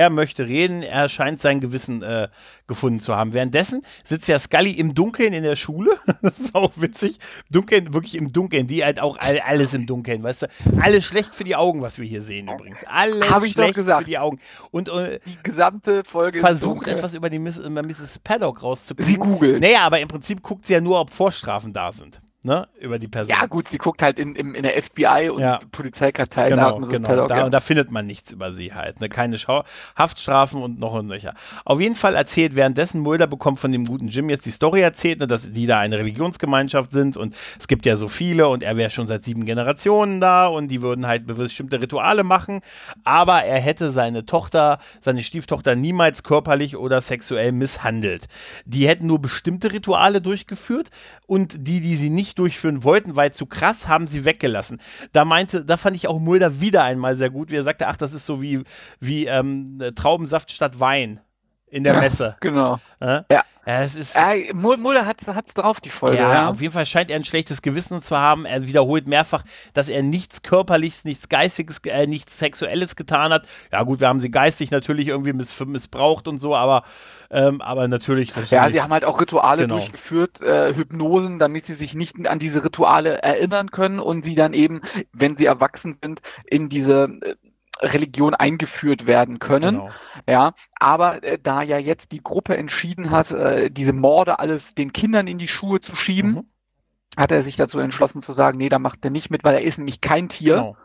Er scheint sein Gewissen gefunden zu haben. Währenddessen sitzt ja Scully im Dunkeln in der Schule. Das ist auch witzig. Wirklich im Dunkeln. Die halt auch alles im Dunkeln, weißt du? Alles schlecht für die Augen, was wir hier sehen übrigens. Alles schlecht für die Augen. Und die gesamte Folge versucht etwas über Mrs. Paddock rauszukriegen. Sie googelt. Naja, aber im Prinzip guckt sie ja nur, ob Vorstrafen da sind. Ne, über die Person. Ja gut, sie guckt halt in der FBI und Polizeikartei nach. Genau. Da findet man nichts über sie halt. Ne? Keine Haftstrafen und noch und nöcher. Auf jeden Fall erzählt, währenddessen Mulder bekommt von dem guten Jim jetzt die Story erzählt, ne, dass die da eine Religionsgemeinschaft sind und es gibt ja so viele und er wäre schon seit 7 Generationen da und die würden halt bestimmte Rituale machen, aber er hätte seine Stieftochter niemals körperlich oder sexuell misshandelt. Die hätten nur bestimmte Rituale durchgeführt und die sie nicht durchführen wollten, weil zu krass, haben sie weggelassen. Da fand ich auch Mulder wieder einmal sehr gut, wie er sagte, ach, das ist so wie Traubensaft statt Wein in der Messe. Genau. Ja, es ist... Mulder hat's drauf, die Folge. Ja, auf jeden Fall scheint er ein schlechtes Gewissen zu haben. Er wiederholt mehrfach, dass er nichts Körperliches, nichts Geistiges, nichts Sexuelles getan hat. Ja gut, wir haben sie geistig natürlich irgendwie missbraucht und so, aber natürlich... sie haben halt auch Rituale durchgeführt, Hypnosen, damit sie sich nicht an diese Rituale erinnern können und sie dann eben, wenn sie erwachsen sind, in diese... Religion eingeführt werden können. Genau. Ja, aber da ja jetzt die Gruppe entschieden hat, diese Morde alles den Kindern in die Schuhe zu schieben, hat er sich dazu entschlossen zu sagen, nee, da macht er nicht mit, weil er ist nämlich kein Tier. Genau.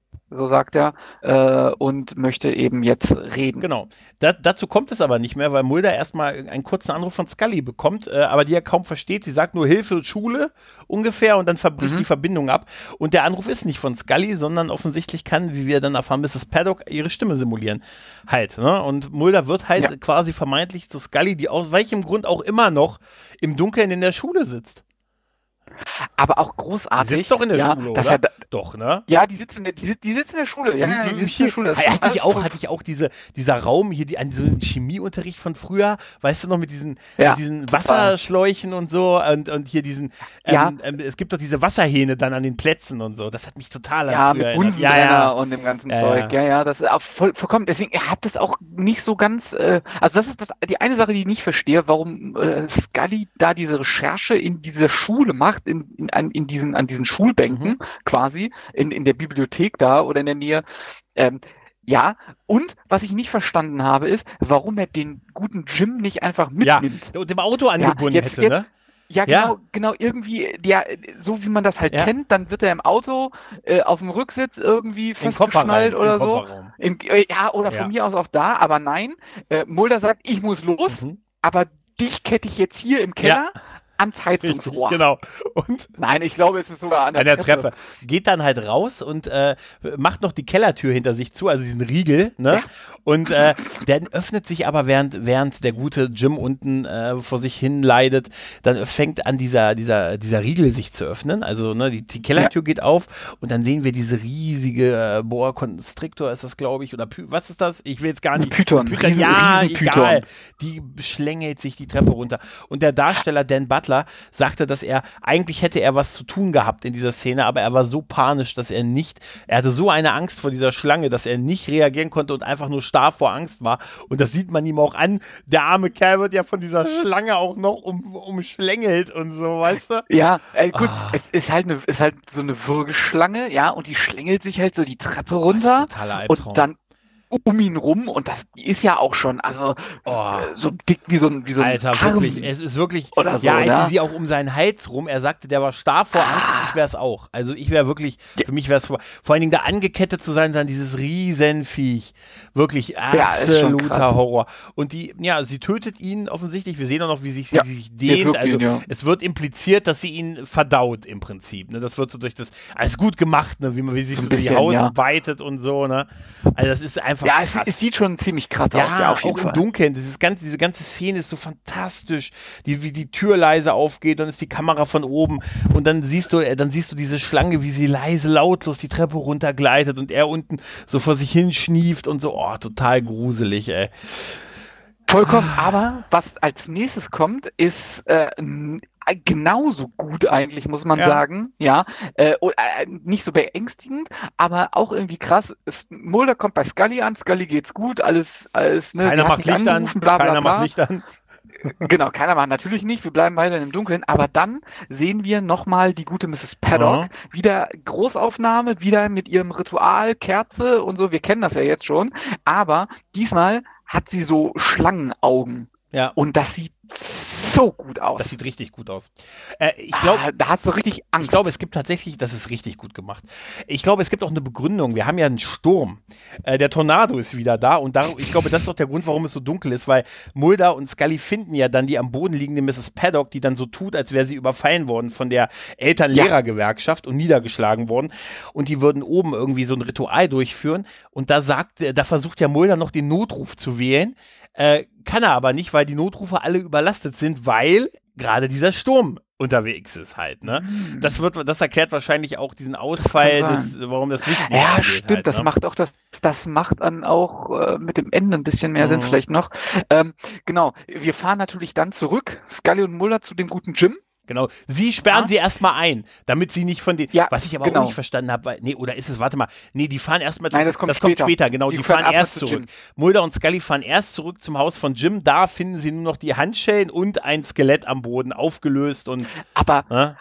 so sagt er, und möchte eben jetzt reden. Genau. Dazu kommt es aber nicht mehr, weil Mulder erstmal einen kurzen Anruf von Scully bekommt, aber die er kaum versteht. Sie sagt nur Hilfe, Schule ungefähr und dann verbricht die Verbindung ab. Und der Anruf ist nicht von Scully, sondern offensichtlich kann, wie wir dann erfahren, Mrs. Paddock ihre Stimme simulieren. Halt, ne? Und Mulder wird halt quasi vermeintlich zu Scully, die aus welchem Grund auch immer noch im Dunkeln in der Schule sitzt. Aber auch großartig. Die sitzt doch in der Schule, oder? Doch, ne? Ja, die sitzt in der Schule. Ja, die sitzt in der Schule. Hatte ich auch dieser Raum hier, an so einem Chemieunterricht von früher, weißt du noch, mit diesen Wasserschläuchen und so und hier diesen, es gibt doch diese Wasserhähne dann an den Plätzen und so. Das hat mich total an früher erinnert. Ja, und dem ganzen Zeug. Ja, das ist auch vollkommen. Deswegen, ihr habt das auch nicht so ganz, also das ist die eine Sache, die ich nicht verstehe, warum Scully da diese Recherche in dieser Schule macht, an diesen Schulbänken quasi, in der Bibliothek da oder in der Nähe. Ja, und was ich nicht verstanden habe, ist, warum er den guten Jim nicht einfach mitnimmt. Ja, und im Auto angebunden hätte, ne? Ja, genau, irgendwie, so wie man das halt kennt, dann wird er im Auto auf dem Rücksitz irgendwie festgeschnallt oder so. Oder von mir aus auch da, aber nein, Mulder sagt, ich muss los, aber dich kette ich jetzt hier im Keller ans Heizungsrohr. Genau. Und nein, ich glaube, es ist sogar an der Treppe. Geht dann halt raus und macht noch die Kellertür hinter sich zu, also diesen Riegel, ne? Ja. Und der öffnet sich aber, während der gute Jim unten vor sich hin leidet, dann fängt an dieser Riegel sich zu öffnen. Also ne, die Kellertür geht auf und dann sehen wir diese riesige Boa Constrictor ist das, glaube ich, oder was ist das? Ich will jetzt gar nicht. Python. Ja, egal. Die schlängelt sich die Treppe runter. Und der Darsteller Dan Butler sagte, dass eigentlich hätte er was zu tun gehabt in dieser Szene, aber er war so panisch, dass er hatte so eine Angst vor dieser Schlange, dass er nicht reagieren konnte und einfach nur starr vor Angst war. Und das sieht man ihm auch an. Der arme Kerl wird ja von dieser Schlange auch noch umschlängelt und so, weißt du? Ja, gut, es ist halt so eine Würgeschlange, ja, und die schlängelt sich halt so die Treppe runter. Totaler Albtraum. Und dann um ihn rum und die ist ja auch schon, also so dick wie so ein Alter, Arm. wirklich, es ist wirklich, oder so, als sie auch um seinen Hals rum, er sagte, der war starr vor Angst und ich wäre es auch. Also ich wäre wirklich, für mich wäre es vor allen Dingen da angekettet zu sein, dann dieses Riesenviech, wirklich absoluter Horror. Und sie tötet ihn offensichtlich, wir sehen auch noch, wie sie sich dehnt, also es wird impliziert, dass sie ihn verdaut im Prinzip, ne? Das wird so durch das, alles gut gemacht, ne? Wie sich so die Haut weitet und so, ne? Also das ist einfach krass. Es sieht schon ziemlich krass aus, auf jeden Fall. Im Dunkeln, diese ganze Szene ist so fantastisch, wie die Tür leise aufgeht, dann ist die Kamera von oben und dann siehst du diese Schlange, wie sie leise, lautlos die Treppe runtergleitet und er unten so vor sich hin schnieft und so, total gruselig, ey. Vollkommen, aber was als nächstes kommt, ist genauso gut eigentlich, muss man sagen. Ja, nicht so beängstigend, aber auch irgendwie krass. Mulder kommt bei Scully an, Scully geht's gut, alles, ne? Keiner macht Licht an, keiner macht Licht an. Genau, keiner macht natürlich nicht, wir bleiben weiter im Dunkeln, aber dann sehen wir nochmal die gute Mrs. Paddock, wieder Großaufnahme, wieder mit ihrem Ritual, Kerze und so, wir kennen das ja jetzt schon, aber diesmal hat sie so Schlangenaugen. Ja. Und das sieht so gut aus. Das sieht richtig gut aus. Ich glaube, da hast du richtig Angst. Ich glaube, es gibt tatsächlich, das ist richtig gut gemacht. Ich glaube, es gibt auch eine Begründung. Wir haben ja einen Sturm. Der Tornado ist wieder da und ich glaube, das ist auch der Grund, warum es so dunkel ist, weil Mulder und Scully finden ja dann die am Boden liegende Mrs. Paddock, die dann so tut, als wäre sie überfallen worden von der Eltern-Lehrer-Gewerkschaft und niedergeschlagen worden. Und die würden oben irgendwie so ein Ritual durchführen. Und da versucht ja Mulder noch den Notruf zu wählen. Kann er aber nicht, weil die Notrufe alle überlastet sind, weil gerade dieser Sturm unterwegs ist halt, ne? Das erklärt wahrscheinlich auch diesen Ausfall, warum das Licht nicht angeht, stimmt, halt, das macht auch das macht dann auch mit dem Ende ein bisschen mehr Sinn vielleicht noch. Genau, wir fahren natürlich dann zurück, Scully und Mulder zu dem guten Jim. Genau, sie sperren sie erstmal ein, damit sie nicht von den, was ich aber auch nicht verstanden habe, oder ist es, die fahren erstmal zurück. Nein, das kommt später, genau, die fahren erst zurück. Mulder und Scully fahren erst zurück zum Haus von Jim, da finden sie nur noch die Handschellen und ein Skelett am Boden aufgelöst und. Aber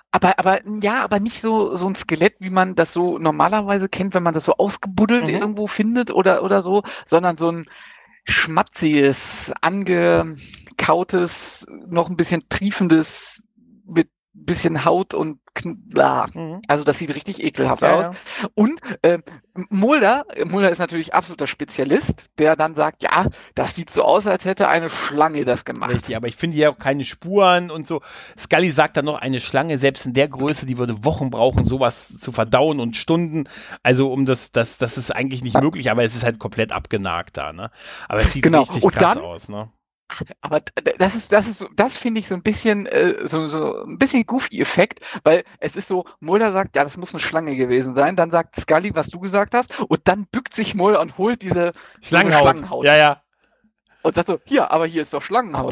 nicht so ein Skelett, wie man das so normalerweise kennt, wenn man das so ausgebuddelt irgendwo findet oder so, sondern so ein schmatziges, angekautes, noch ein bisschen triefendes, mit bisschen Haut und also das sieht richtig ekelhaft aus. Ja. Und Mulder ist natürlich absoluter Spezialist, der dann sagt, ja, das sieht so aus, als hätte eine Schlange das gemacht. Richtig, aber ich finde ja auch keine Spuren und so. Scully sagt dann noch, eine Schlange, selbst in der Größe, die würde Wochen brauchen, sowas zu verdauen und Stunden. Also das ist eigentlich nicht möglich, aber es ist halt komplett abgenagt da, ne? Aber es sieht richtig krass aus, ne? Aber das finde ich so ein bisschen so ein bisschen Goofy-Effekt, weil es ist so, Mulder sagt, ja, das muss eine Schlange gewesen sein, dann sagt Scully, was du gesagt hast, und dann bückt sich Mulder und holt diese Schlangenhaut. Ja. Und sagt so, hier ist doch Schlangenhaut.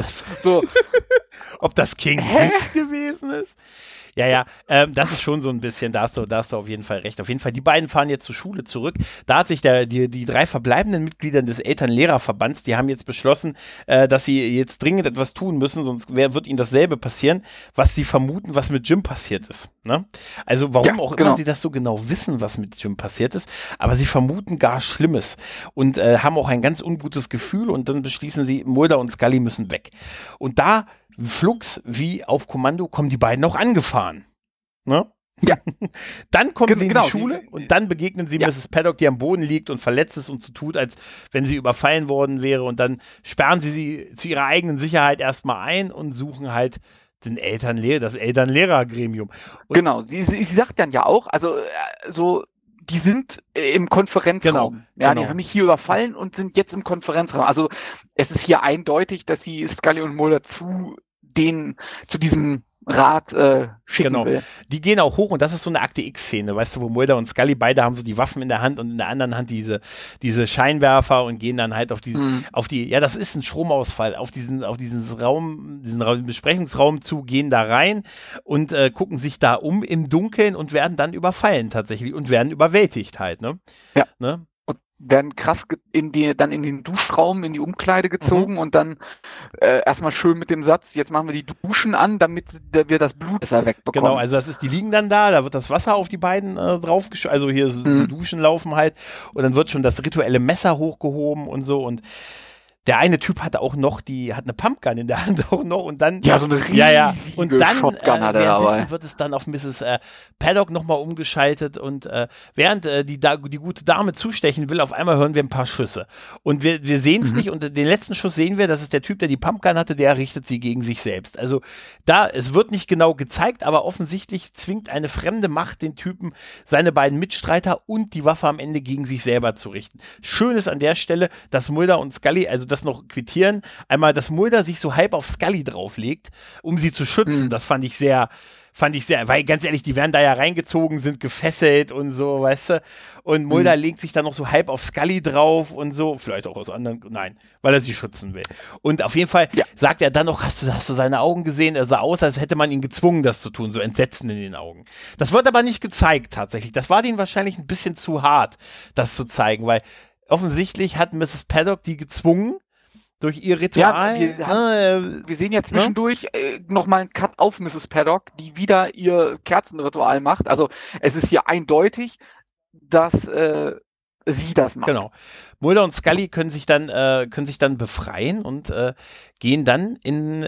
Ob das King Hiss gewesen ist? Ja, das ist schon so ein bisschen, da hast du auf jeden Fall recht. Auf jeden Fall, die beiden fahren jetzt zur Schule zurück. Da hat sich die 3 verbleibenden Mitglieder des Elternlehrerverbands, die haben jetzt beschlossen, dass sie jetzt dringend etwas tun müssen, sonst wird ihnen dasselbe passieren, was sie vermuten, was mit Jim passiert ist. Ne? Also warum auch immer sie das so genau wissen, was mit Jim passiert ist, aber sie vermuten gar Schlimmes und haben auch ein ganz ungutes Gefühl und dann beschließen sie, Mulder und Scully müssen weg. Und da flugs wie auf Kommando kommen die beiden auch angefahren. Ne? Ja. Dann kommen sie in die Schule und dann begegnen sie Mrs. Paddock, die am Boden liegt und verletzt ist und so tut, als wenn sie überfallen worden wäre. Und dann sperren sie zu ihrer eigenen Sicherheit erstmal ein und suchen halt das Elternlehrergremium. Genau, sie sagt dann ja auch, also die sind im Konferenzraum. Genau. Die haben mich hier überfallen und sind jetzt im Konferenzraum. Also es ist hier eindeutig, dass sie Scully und Mulder zu diesem Rat schicken will. Die gehen auch hoch und das ist so eine Akte X-Szene, weißt du, wo Mulder und Scully beide haben so die Waffen in der Hand und in der anderen Hand diese Scheinwerfer und gehen dann halt das ist ein Stromausfall, auf diesen Besprechungsraum zu, gehen da rein und gucken sich da um im Dunkeln und werden dann überfallen tatsächlich und werden überwältigt halt, ne? Ja. Ne? Werden krass in den Duschraum, in die Umkleide gezogen und dann erstmal schön mit dem Satz, jetzt machen wir die Duschen an, damit wir das Blut besser wegbekommen. Genau, also die liegen dann da wird das Wasser auf die beiden draufgeschüttet, also hier die Duschen laufen halt und dann wird schon das rituelle Messer hochgehoben und so und der eine Typ hat eine Pumpgun in der Hand auch noch und dann so eine riesige und dann Shotgun hat er dabei. Wird es dann auf Mrs. Paddock nochmal umgeschaltet und während die gute Dame zustechen will, auf einmal hören wir ein paar Schüsse und wir sehen es nicht und den letzten Schuss sehen wir, das ist der Typ, der die Pumpgun hatte, der richtet sie gegen sich selbst. Also es wird nicht genau gezeigt, aber offensichtlich zwingt eine fremde Macht den Typen, seine beiden Mitstreiter und die Waffe am Ende gegen sich selber zu richten. Schön ist an der Stelle, dass Mulder und Scully, also das noch quittieren, einmal, dass Mulder sich so halb auf Scully drauflegt, um sie zu schützen. Das fand ich sehr, weil ganz ehrlich, die werden da ja reingezogen, sind gefesselt und so, weißt du, und Mulder legt sich dann noch so halb auf Scully drauf und so, vielleicht auch aus anderen, nein, weil er sie schützen will. Und auf jeden Fall sagt er dann noch, hast du seine Augen gesehen? Er sah aus, als hätte man ihn gezwungen, das zu tun, so Entsetzen in den Augen. Das wird aber nicht gezeigt, tatsächlich. Das war denen wahrscheinlich ein bisschen zu hart, das zu zeigen, weil offensichtlich hat Mrs. Paddock die gezwungen, durch ihr Ritual. Ja, wir sehen ja zwischendurch nochmal einen Cut auf Mrs. Paddock, die wieder ihr Kerzenritual macht. Also es ist hier eindeutig, dass sie das macht. Genau. Mulder und Scully können sich dann befreien und gehen dann in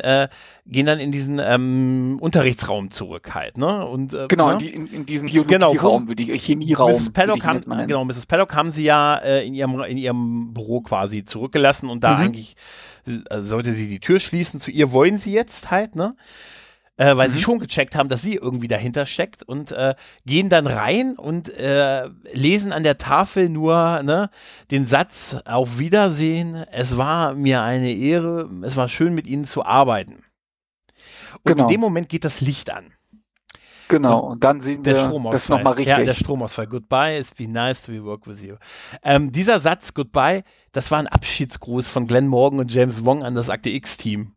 diesen Unterrichtsraum zurück halt, ne? Und in diesen Biologieraum, Chemieraum. Mrs. Paddock haben sie ja in ihrem Büro quasi zurückgelassen und da eigentlich sollte sie die Tür schließen. Zu ihr wollen sie jetzt halt, ne? Weil sie schon gecheckt haben, dass sie irgendwie dahinter steckt und gehen dann rein und lesen an der Tafel nur den Satz, auf Wiedersehen, es war mir eine Ehre, es war schön mit Ihnen zu arbeiten. Und in dem Moment geht das Licht an. Genau, und dann sehen wir das nochmal richtig. Ja, der Stromausfall. Goodbye, it's been nice to be work with you. Dieser Satz, Goodbye, das war ein Abschiedsgruß von Glenn Morgan und James Wong an das Akte X-Team.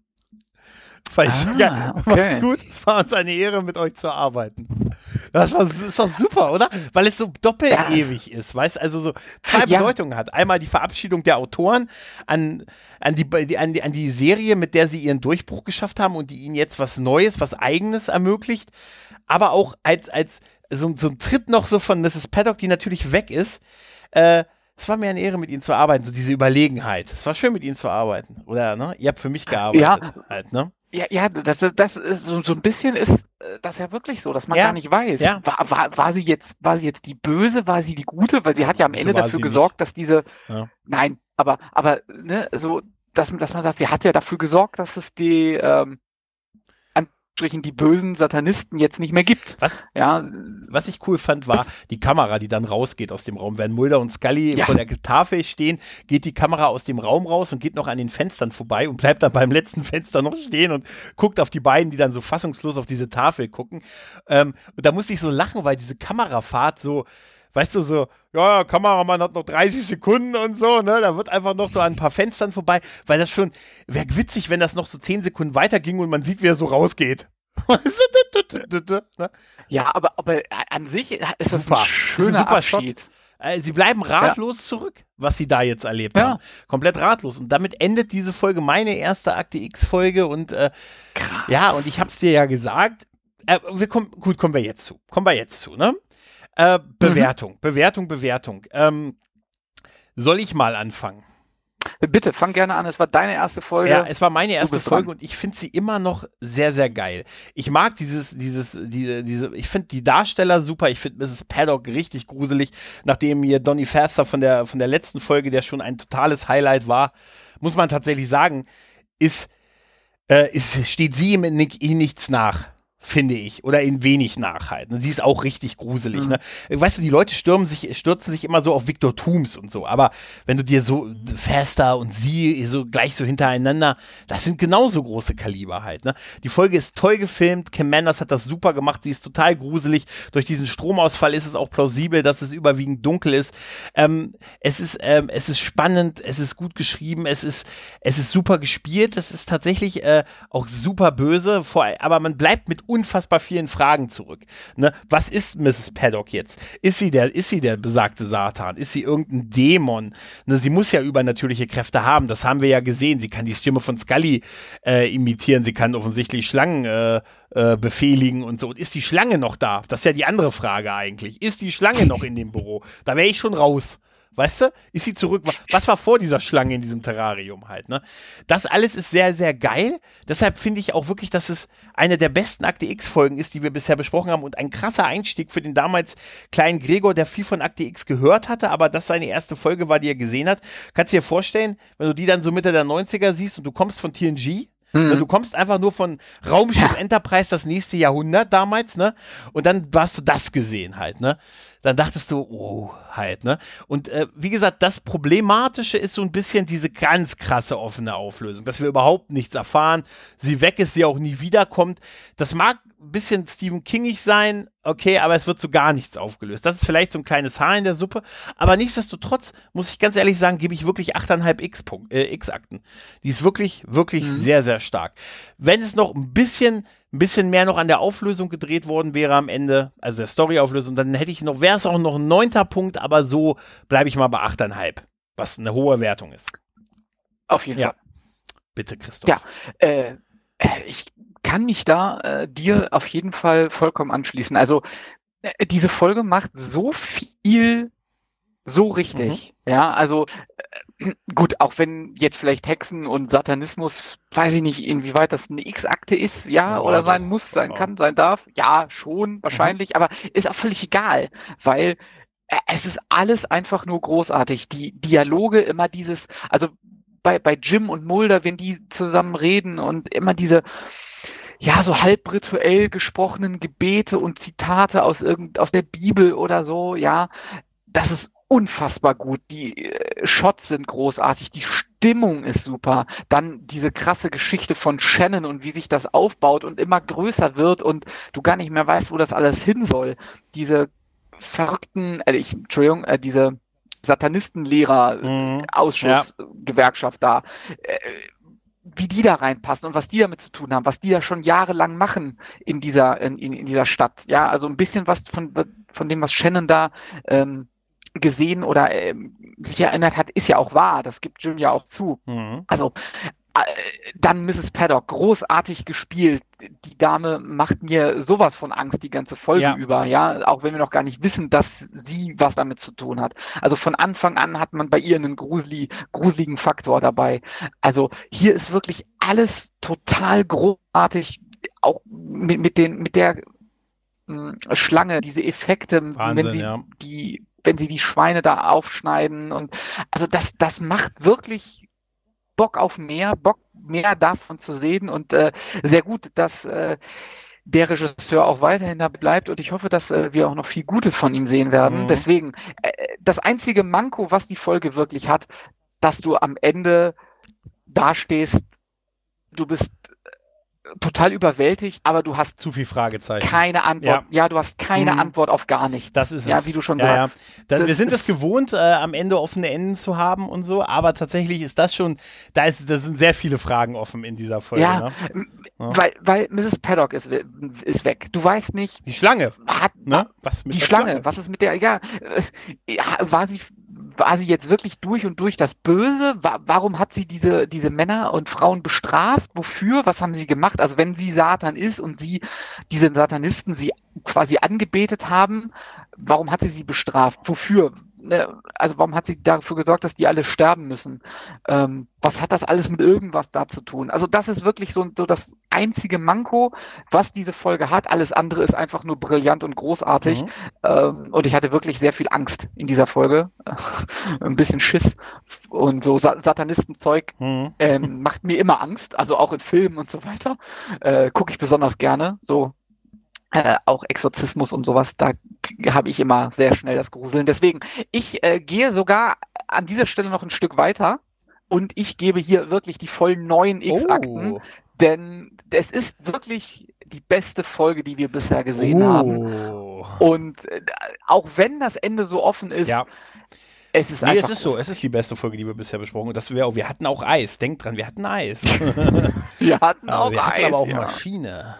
Macht's gut, es war uns eine Ehre, mit euch zu arbeiten. Das ist doch super, oder? Weil es so doppelewig ist, weißt du? Also so zwei Bedeutungen hat. Einmal die Verabschiedung der Autoren an die Serie, mit der sie ihren Durchbruch geschafft haben und die ihnen jetzt was Neues, was Eigenes ermöglicht. Aber auch als so ein Tritt noch so von Mrs. Paddock, die natürlich weg ist. Es war mir eine Ehre, mit Ihnen zu arbeiten, so diese Überlegenheit. Es war schön, mit Ihnen zu arbeiten. Oder, ne? Ihr habt für mich gearbeitet. Halt, ne? Ja, das ist so ein bisschen ist das ja wirklich so, dass man gar nicht weiß. Ja. War sie jetzt die Böse, war sie die Gute? Weil sie hat ja am Ende dafür gesorgt, dass diese, nein, aber ne, so, dass man sagt, sie hat ja dafür gesorgt, dass es die die bösen Satanisten jetzt nicht mehr gibt. Was ich cool fand, war die Kamera, die dann rausgeht aus dem Raum. Während Mulder und Scully vor der Tafel stehen, geht die Kamera aus dem Raum raus und geht noch an den Fenstern vorbei und bleibt dann beim letzten Fenster noch stehen und guckt auf die beiden, die dann so fassungslos auf diese Tafel gucken. Und da musste ich so lachen, weil diese Kamerafahrt so, weißt du, so, ja, Kameramann hat noch 30 Sekunden und so, ne, da wird einfach noch so an ein paar Fenstern vorbei, weil das schon, wäre witzig, wenn das noch so 10 Sekunden weiterging und man sieht, wie er so rausgeht. Ja, aber an sich ist das ein schöner Abschied. Sie bleiben ratlos zurück, was sie da jetzt erlebt haben. Komplett ratlos. Und damit endet diese Folge, meine erste Akte X-Folge. Und und ich hab's dir ja gesagt, kommen wir jetzt zu, ne? Bewertung. Soll ich mal anfangen? Bitte, fang gerne an. Es war deine erste Folge. Ja, es war meine erste Folge und ich finde sie immer noch sehr, sehr geil. Ich mag ich finde die Darsteller super. Ich finde Mrs. Paddock richtig gruselig. Nachdem mir Donny Faster von der letzten Folge, der schon ein totales Highlight war, muss man tatsächlich sagen, steht sie ihm in nichts nach. Finde ich, oder in wenig Nachhalten. Sie ist auch richtig gruselig, ne? Weißt du, die Leute stürzen sich immer so auf Victor Tooms und so, aber wenn du dir so Faster und sie so gleich so hintereinander, das sind genauso große Kaliber halt, ne? Die Folge ist toll gefilmt, Kim Manders hat das super gemacht, sie ist total gruselig. Durch diesen Stromausfall ist es auch plausibel, dass es überwiegend dunkel ist. Es ist spannend, es ist gut geschrieben, es ist super gespielt, es ist tatsächlich auch super böse, aber man bleibt mit unfassbar vielen Fragen zurück. Ne? Was ist Mrs. Paddock jetzt? Ist sie der besagte Satan? Ist sie irgendein Dämon? Ne? Sie muss ja übernatürliche Kräfte haben, das haben wir ja gesehen. Sie kann die Stimme von Scully imitieren, sie kann offensichtlich Schlangen befehligen und so. Und ist die Schlange noch da? Das ist ja die andere Frage eigentlich. Ist die Schlange noch in dem Büro? Da wäre ich schon raus. Weißt du? Ist sie zurück? Was war vor dieser Schlange in diesem Terrarium halt, ne? Das alles ist sehr, sehr geil. Deshalb finde ich auch wirklich, dass es eine der besten Akte X-Folgen ist, die wir bisher besprochen haben und ein krasser Einstieg für den damals kleinen Gregor, der viel von Akte X gehört hatte, aber das seine erste Folge war, die er gesehen hat. Kannst du dir vorstellen, wenn du die dann so Mitte der 90er siehst und du kommst von TNG, du kommst einfach nur von Raumschiff Enterprise, das nächste Jahrhundert damals, ne? Und dann hast du das gesehen halt, ne? Dann dachtest du, oh, halt, ne? Und wie gesagt, das Problematische ist so ein bisschen diese ganz krasse offene Auflösung, dass wir überhaupt nichts erfahren, sie weg ist, sie auch nie wiederkommt. Das mag ein bisschen Stephen Kingig sein, okay, aber es wird so gar nichts aufgelöst. Das ist vielleicht so ein kleines Haar in der Suppe, aber nichtsdestotrotz, muss ich ganz ehrlich sagen, gebe ich wirklich 8,5 X-Akten. Die ist wirklich, wirklich sehr, sehr stark. Wenn es noch ein bisschen mehr noch an der Auflösung gedreht worden wäre am Ende, also der Storyauflösung, dann wäre es auch noch ein 9. Punkt, aber so bleibe ich mal bei 8,5, was eine hohe Wertung ist. Auf jeden Fall. Bitte, Christoph. Ja, ich kann mich da dir auf jeden Fall vollkommen anschließen. Also diese Folge macht so viel so richtig. Ja, also gut, auch wenn jetzt vielleicht Hexen und Satanismus, weiß ich nicht, inwieweit das eine X-Akte ist, oder sein muss, sein kann, sein darf. Ja, schon, wahrscheinlich, aber ist auch völlig egal, weil es ist alles einfach nur großartig. Die Dialoge, immer dieses, also bei Jim und Mulder, wenn die zusammen reden und immer diese, so halb rituell gesprochenen Gebete und Zitate aus der Bibel oder so, das ist unfassbar gut. Die Shots sind großartig, die Stimmung ist super. Dann diese krasse Geschichte von Shannon und wie sich das aufbaut und immer größer wird und du gar nicht mehr weißt, wo das alles hin soll. Diese verrückten, diese Satanistenlehrer-Ausschuss-Gewerkschaft da, wie die da reinpassen und was die damit zu tun haben, was die da schon jahrelang machen in dieser Stadt. Ja, also ein bisschen was von dem, was Shannon da gesehen oder sich erinnert hat, ist ja auch wahr. Das gibt Jim ja auch zu. Also dann Mrs. Paddock, großartig gespielt. Die Dame macht mir sowas von Angst die ganze Folge über, auch wenn wir noch gar nicht wissen, dass sie was damit zu tun hat. Also von Anfang an hat man bei ihr einen gruseligen Faktor dabei. Also hier ist wirklich alles total großartig, auch mit der Schlange, diese Effekte, Wahnsinn, wenn sie die Schweine da aufschneiden und also das macht wirklich Bock auf mehr, Bock mehr davon zu sehen und sehr gut, dass der Regisseur auch weiterhin da bleibt und ich hoffe, dass wir auch noch viel Gutes von ihm sehen werden. Deswegen, das einzige Manko, was die Folge wirklich hat, dass du am Ende dastehst, du bist total überwältigt, aber du hast zu viel Fragezeichen. Keine Antwort. Ja, du hast keine Antwort auf gar nichts. Das ist es. Wie du schon sagst. Ja. Wir sind es gewohnt, am Ende offene Enden zu haben und so, aber tatsächlich ist das schon, da sind sehr viele Fragen offen in dieser Folge. Ja, ne? Weil Mrs. Paddock ist weg. Du weißt nicht. Die Schlange. Was mit die Schlange. Was ist mit der? Ja, war sie jetzt wirklich durch und durch das Böse? Warum hat sie diese Männer und Frauen bestraft? Wofür? Was haben sie gemacht? Also wenn sie Satan ist und diese Satanisten sie quasi angebetet haben, warum hat sie bestraft? Wofür? Also warum hat sie dafür gesorgt, dass die alle sterben müssen? Was hat das alles mit irgendwas da zu tun? Also das ist wirklich so das einzige Manko, was diese Folge hat. Alles andere ist einfach nur brillant und großartig. Und ich hatte wirklich sehr viel Angst in dieser Folge. Ein bisschen Schiss und so Satanistenzeug macht mir immer Angst. Also auch in Filmen und so weiter. Gucke ich besonders gerne. So auch Exorzismus und sowas, da habe ich immer sehr schnell das Gruseln. Deswegen, ich gehe sogar an dieser Stelle noch ein Stück weiter und ich gebe hier wirklich die vollen 9 X-Akten, denn es ist wirklich die beste Folge, die wir bisher gesehen haben. Und auch wenn das Ende so offen ist, es ist einfach. Es ist so. Es ist die beste Folge, die wir bisher besprochen haben. Wir hatten auch Eis. Denkt dran, wir hatten Eis. Wir hatten auch Eis. Wir hatten aber auch Maschine.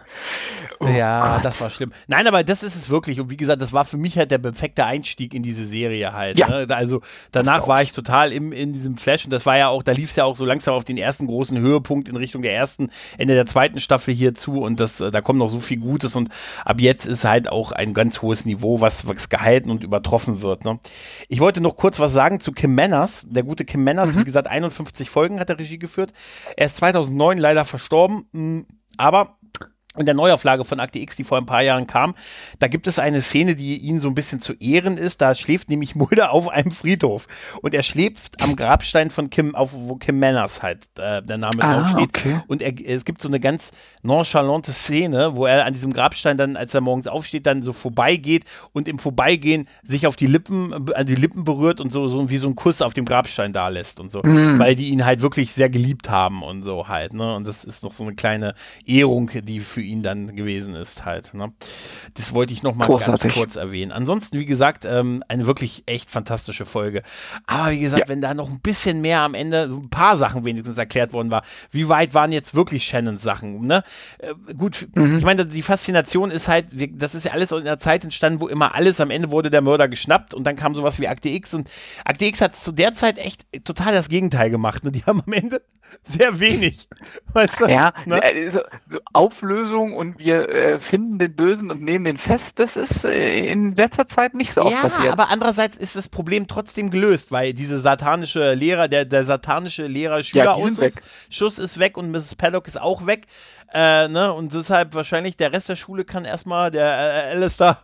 Gott. Das war schlimm. Nein, aber das ist es wirklich. Und wie gesagt, das war für mich halt der perfekte Einstieg in diese Serie halt. Ja. Ne? Also danach war ich total in diesem Flash. Und das war ja auch, da lief es ja auch so langsam auf den ersten großen Höhepunkt in Richtung der Ende der zweiten Staffel hier zu. Und da kommt noch so viel Gutes. Und ab jetzt ist halt auch ein ganz hohes Niveau, was gehalten und übertroffen wird. Ne? Ich wollte noch kurz was sagen zu Kim Manners. Der gute Kim Manners, wie gesagt, 51 Folgen hat er Regie geführt. Er ist 2009 leider verstorben. Aber in der Neuauflage von Akte X, die vor ein paar Jahren kam, da gibt es eine Szene, die ihm so ein bisschen zu Ehren ist. Da schläft nämlich Mulder auf einem Friedhof. Und er schläft am Grabstein von wo Kim Manners halt der Name draufsteht. Okay. Und es gibt so eine ganz nonchalante Szene, wo er an diesem Grabstein dann, als er morgens aufsteht, dann so vorbeigeht und im Vorbeigehen sich an die Lippen berührt und so wie so einen Kuss auf dem Grabstein da lässt und so. Weil die ihn halt wirklich sehr geliebt haben und so halt. Ne? Und das ist noch so eine kleine Ehrung, die für ihn dann gewesen ist halt. Ne? Das wollte ich noch mal ganz kurz erwähnen. Ansonsten, wie gesagt, eine wirklich echt fantastische Folge. Aber wie gesagt, wenn da noch ein bisschen mehr am Ende, so ein paar Sachen wenigstens erklärt worden war, wie weit waren jetzt wirklich Shannons Sachen? Ne? Gut, ich meine, die Faszination ist halt, das ist ja alles in einer Zeit entstanden, wo immer alles, am Ende wurde der Mörder geschnappt und dann kam sowas wie Akte X und Akte X hat zu der Zeit echt total das Gegenteil gemacht. Ne? Die haben am Ende sehr wenig. Weißt du? Ja, ne? so Auflösung und wir finden den Bösen und nehmen den fest, das ist in letzter Zeit nicht so oft passiert. Ja, aber andererseits ist das Problem trotzdem gelöst, weil diese satanische Lehrer, der satanische Lehrer-Schüler-Ausschuss ist weg und Mrs. Paddock ist auch weg. Ne? Und deshalb wahrscheinlich der Rest der Schule kann erstmal, der Alistair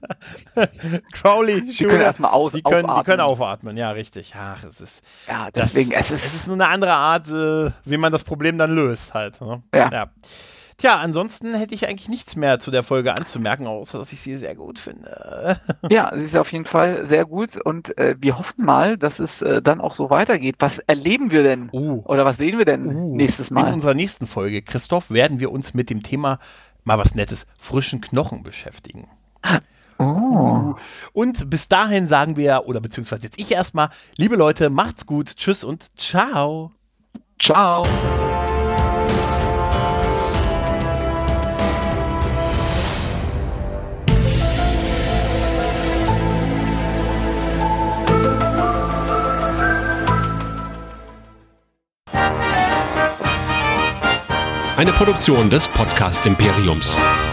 Crowley, die können erstmal aufatmen. Die können aufatmen, ja, richtig. Ach, es ist. Ja, deswegen, es ist nur eine andere Art, wie man das Problem dann löst halt. Ne? Ja. Tja, ansonsten hätte ich eigentlich nichts mehr zu der Folge anzumerken, außer dass ich sie sehr gut finde. Ja, sie ist auf jeden Fall sehr gut und wir hoffen mal, dass es dann auch so weitergeht. Was erleben wir denn? Oder was sehen wir denn nächstes Mal? In unserer nächsten Folge, Christoph, werden wir uns mit dem Thema, mal was Nettes, frischen Knochen beschäftigen. Und bis dahin sagen wir, oder beziehungsweise jetzt ich erstmal, liebe Leute, macht's gut, tschüss und ciao. Ciao. Eine Produktion des Podcast Imperiums.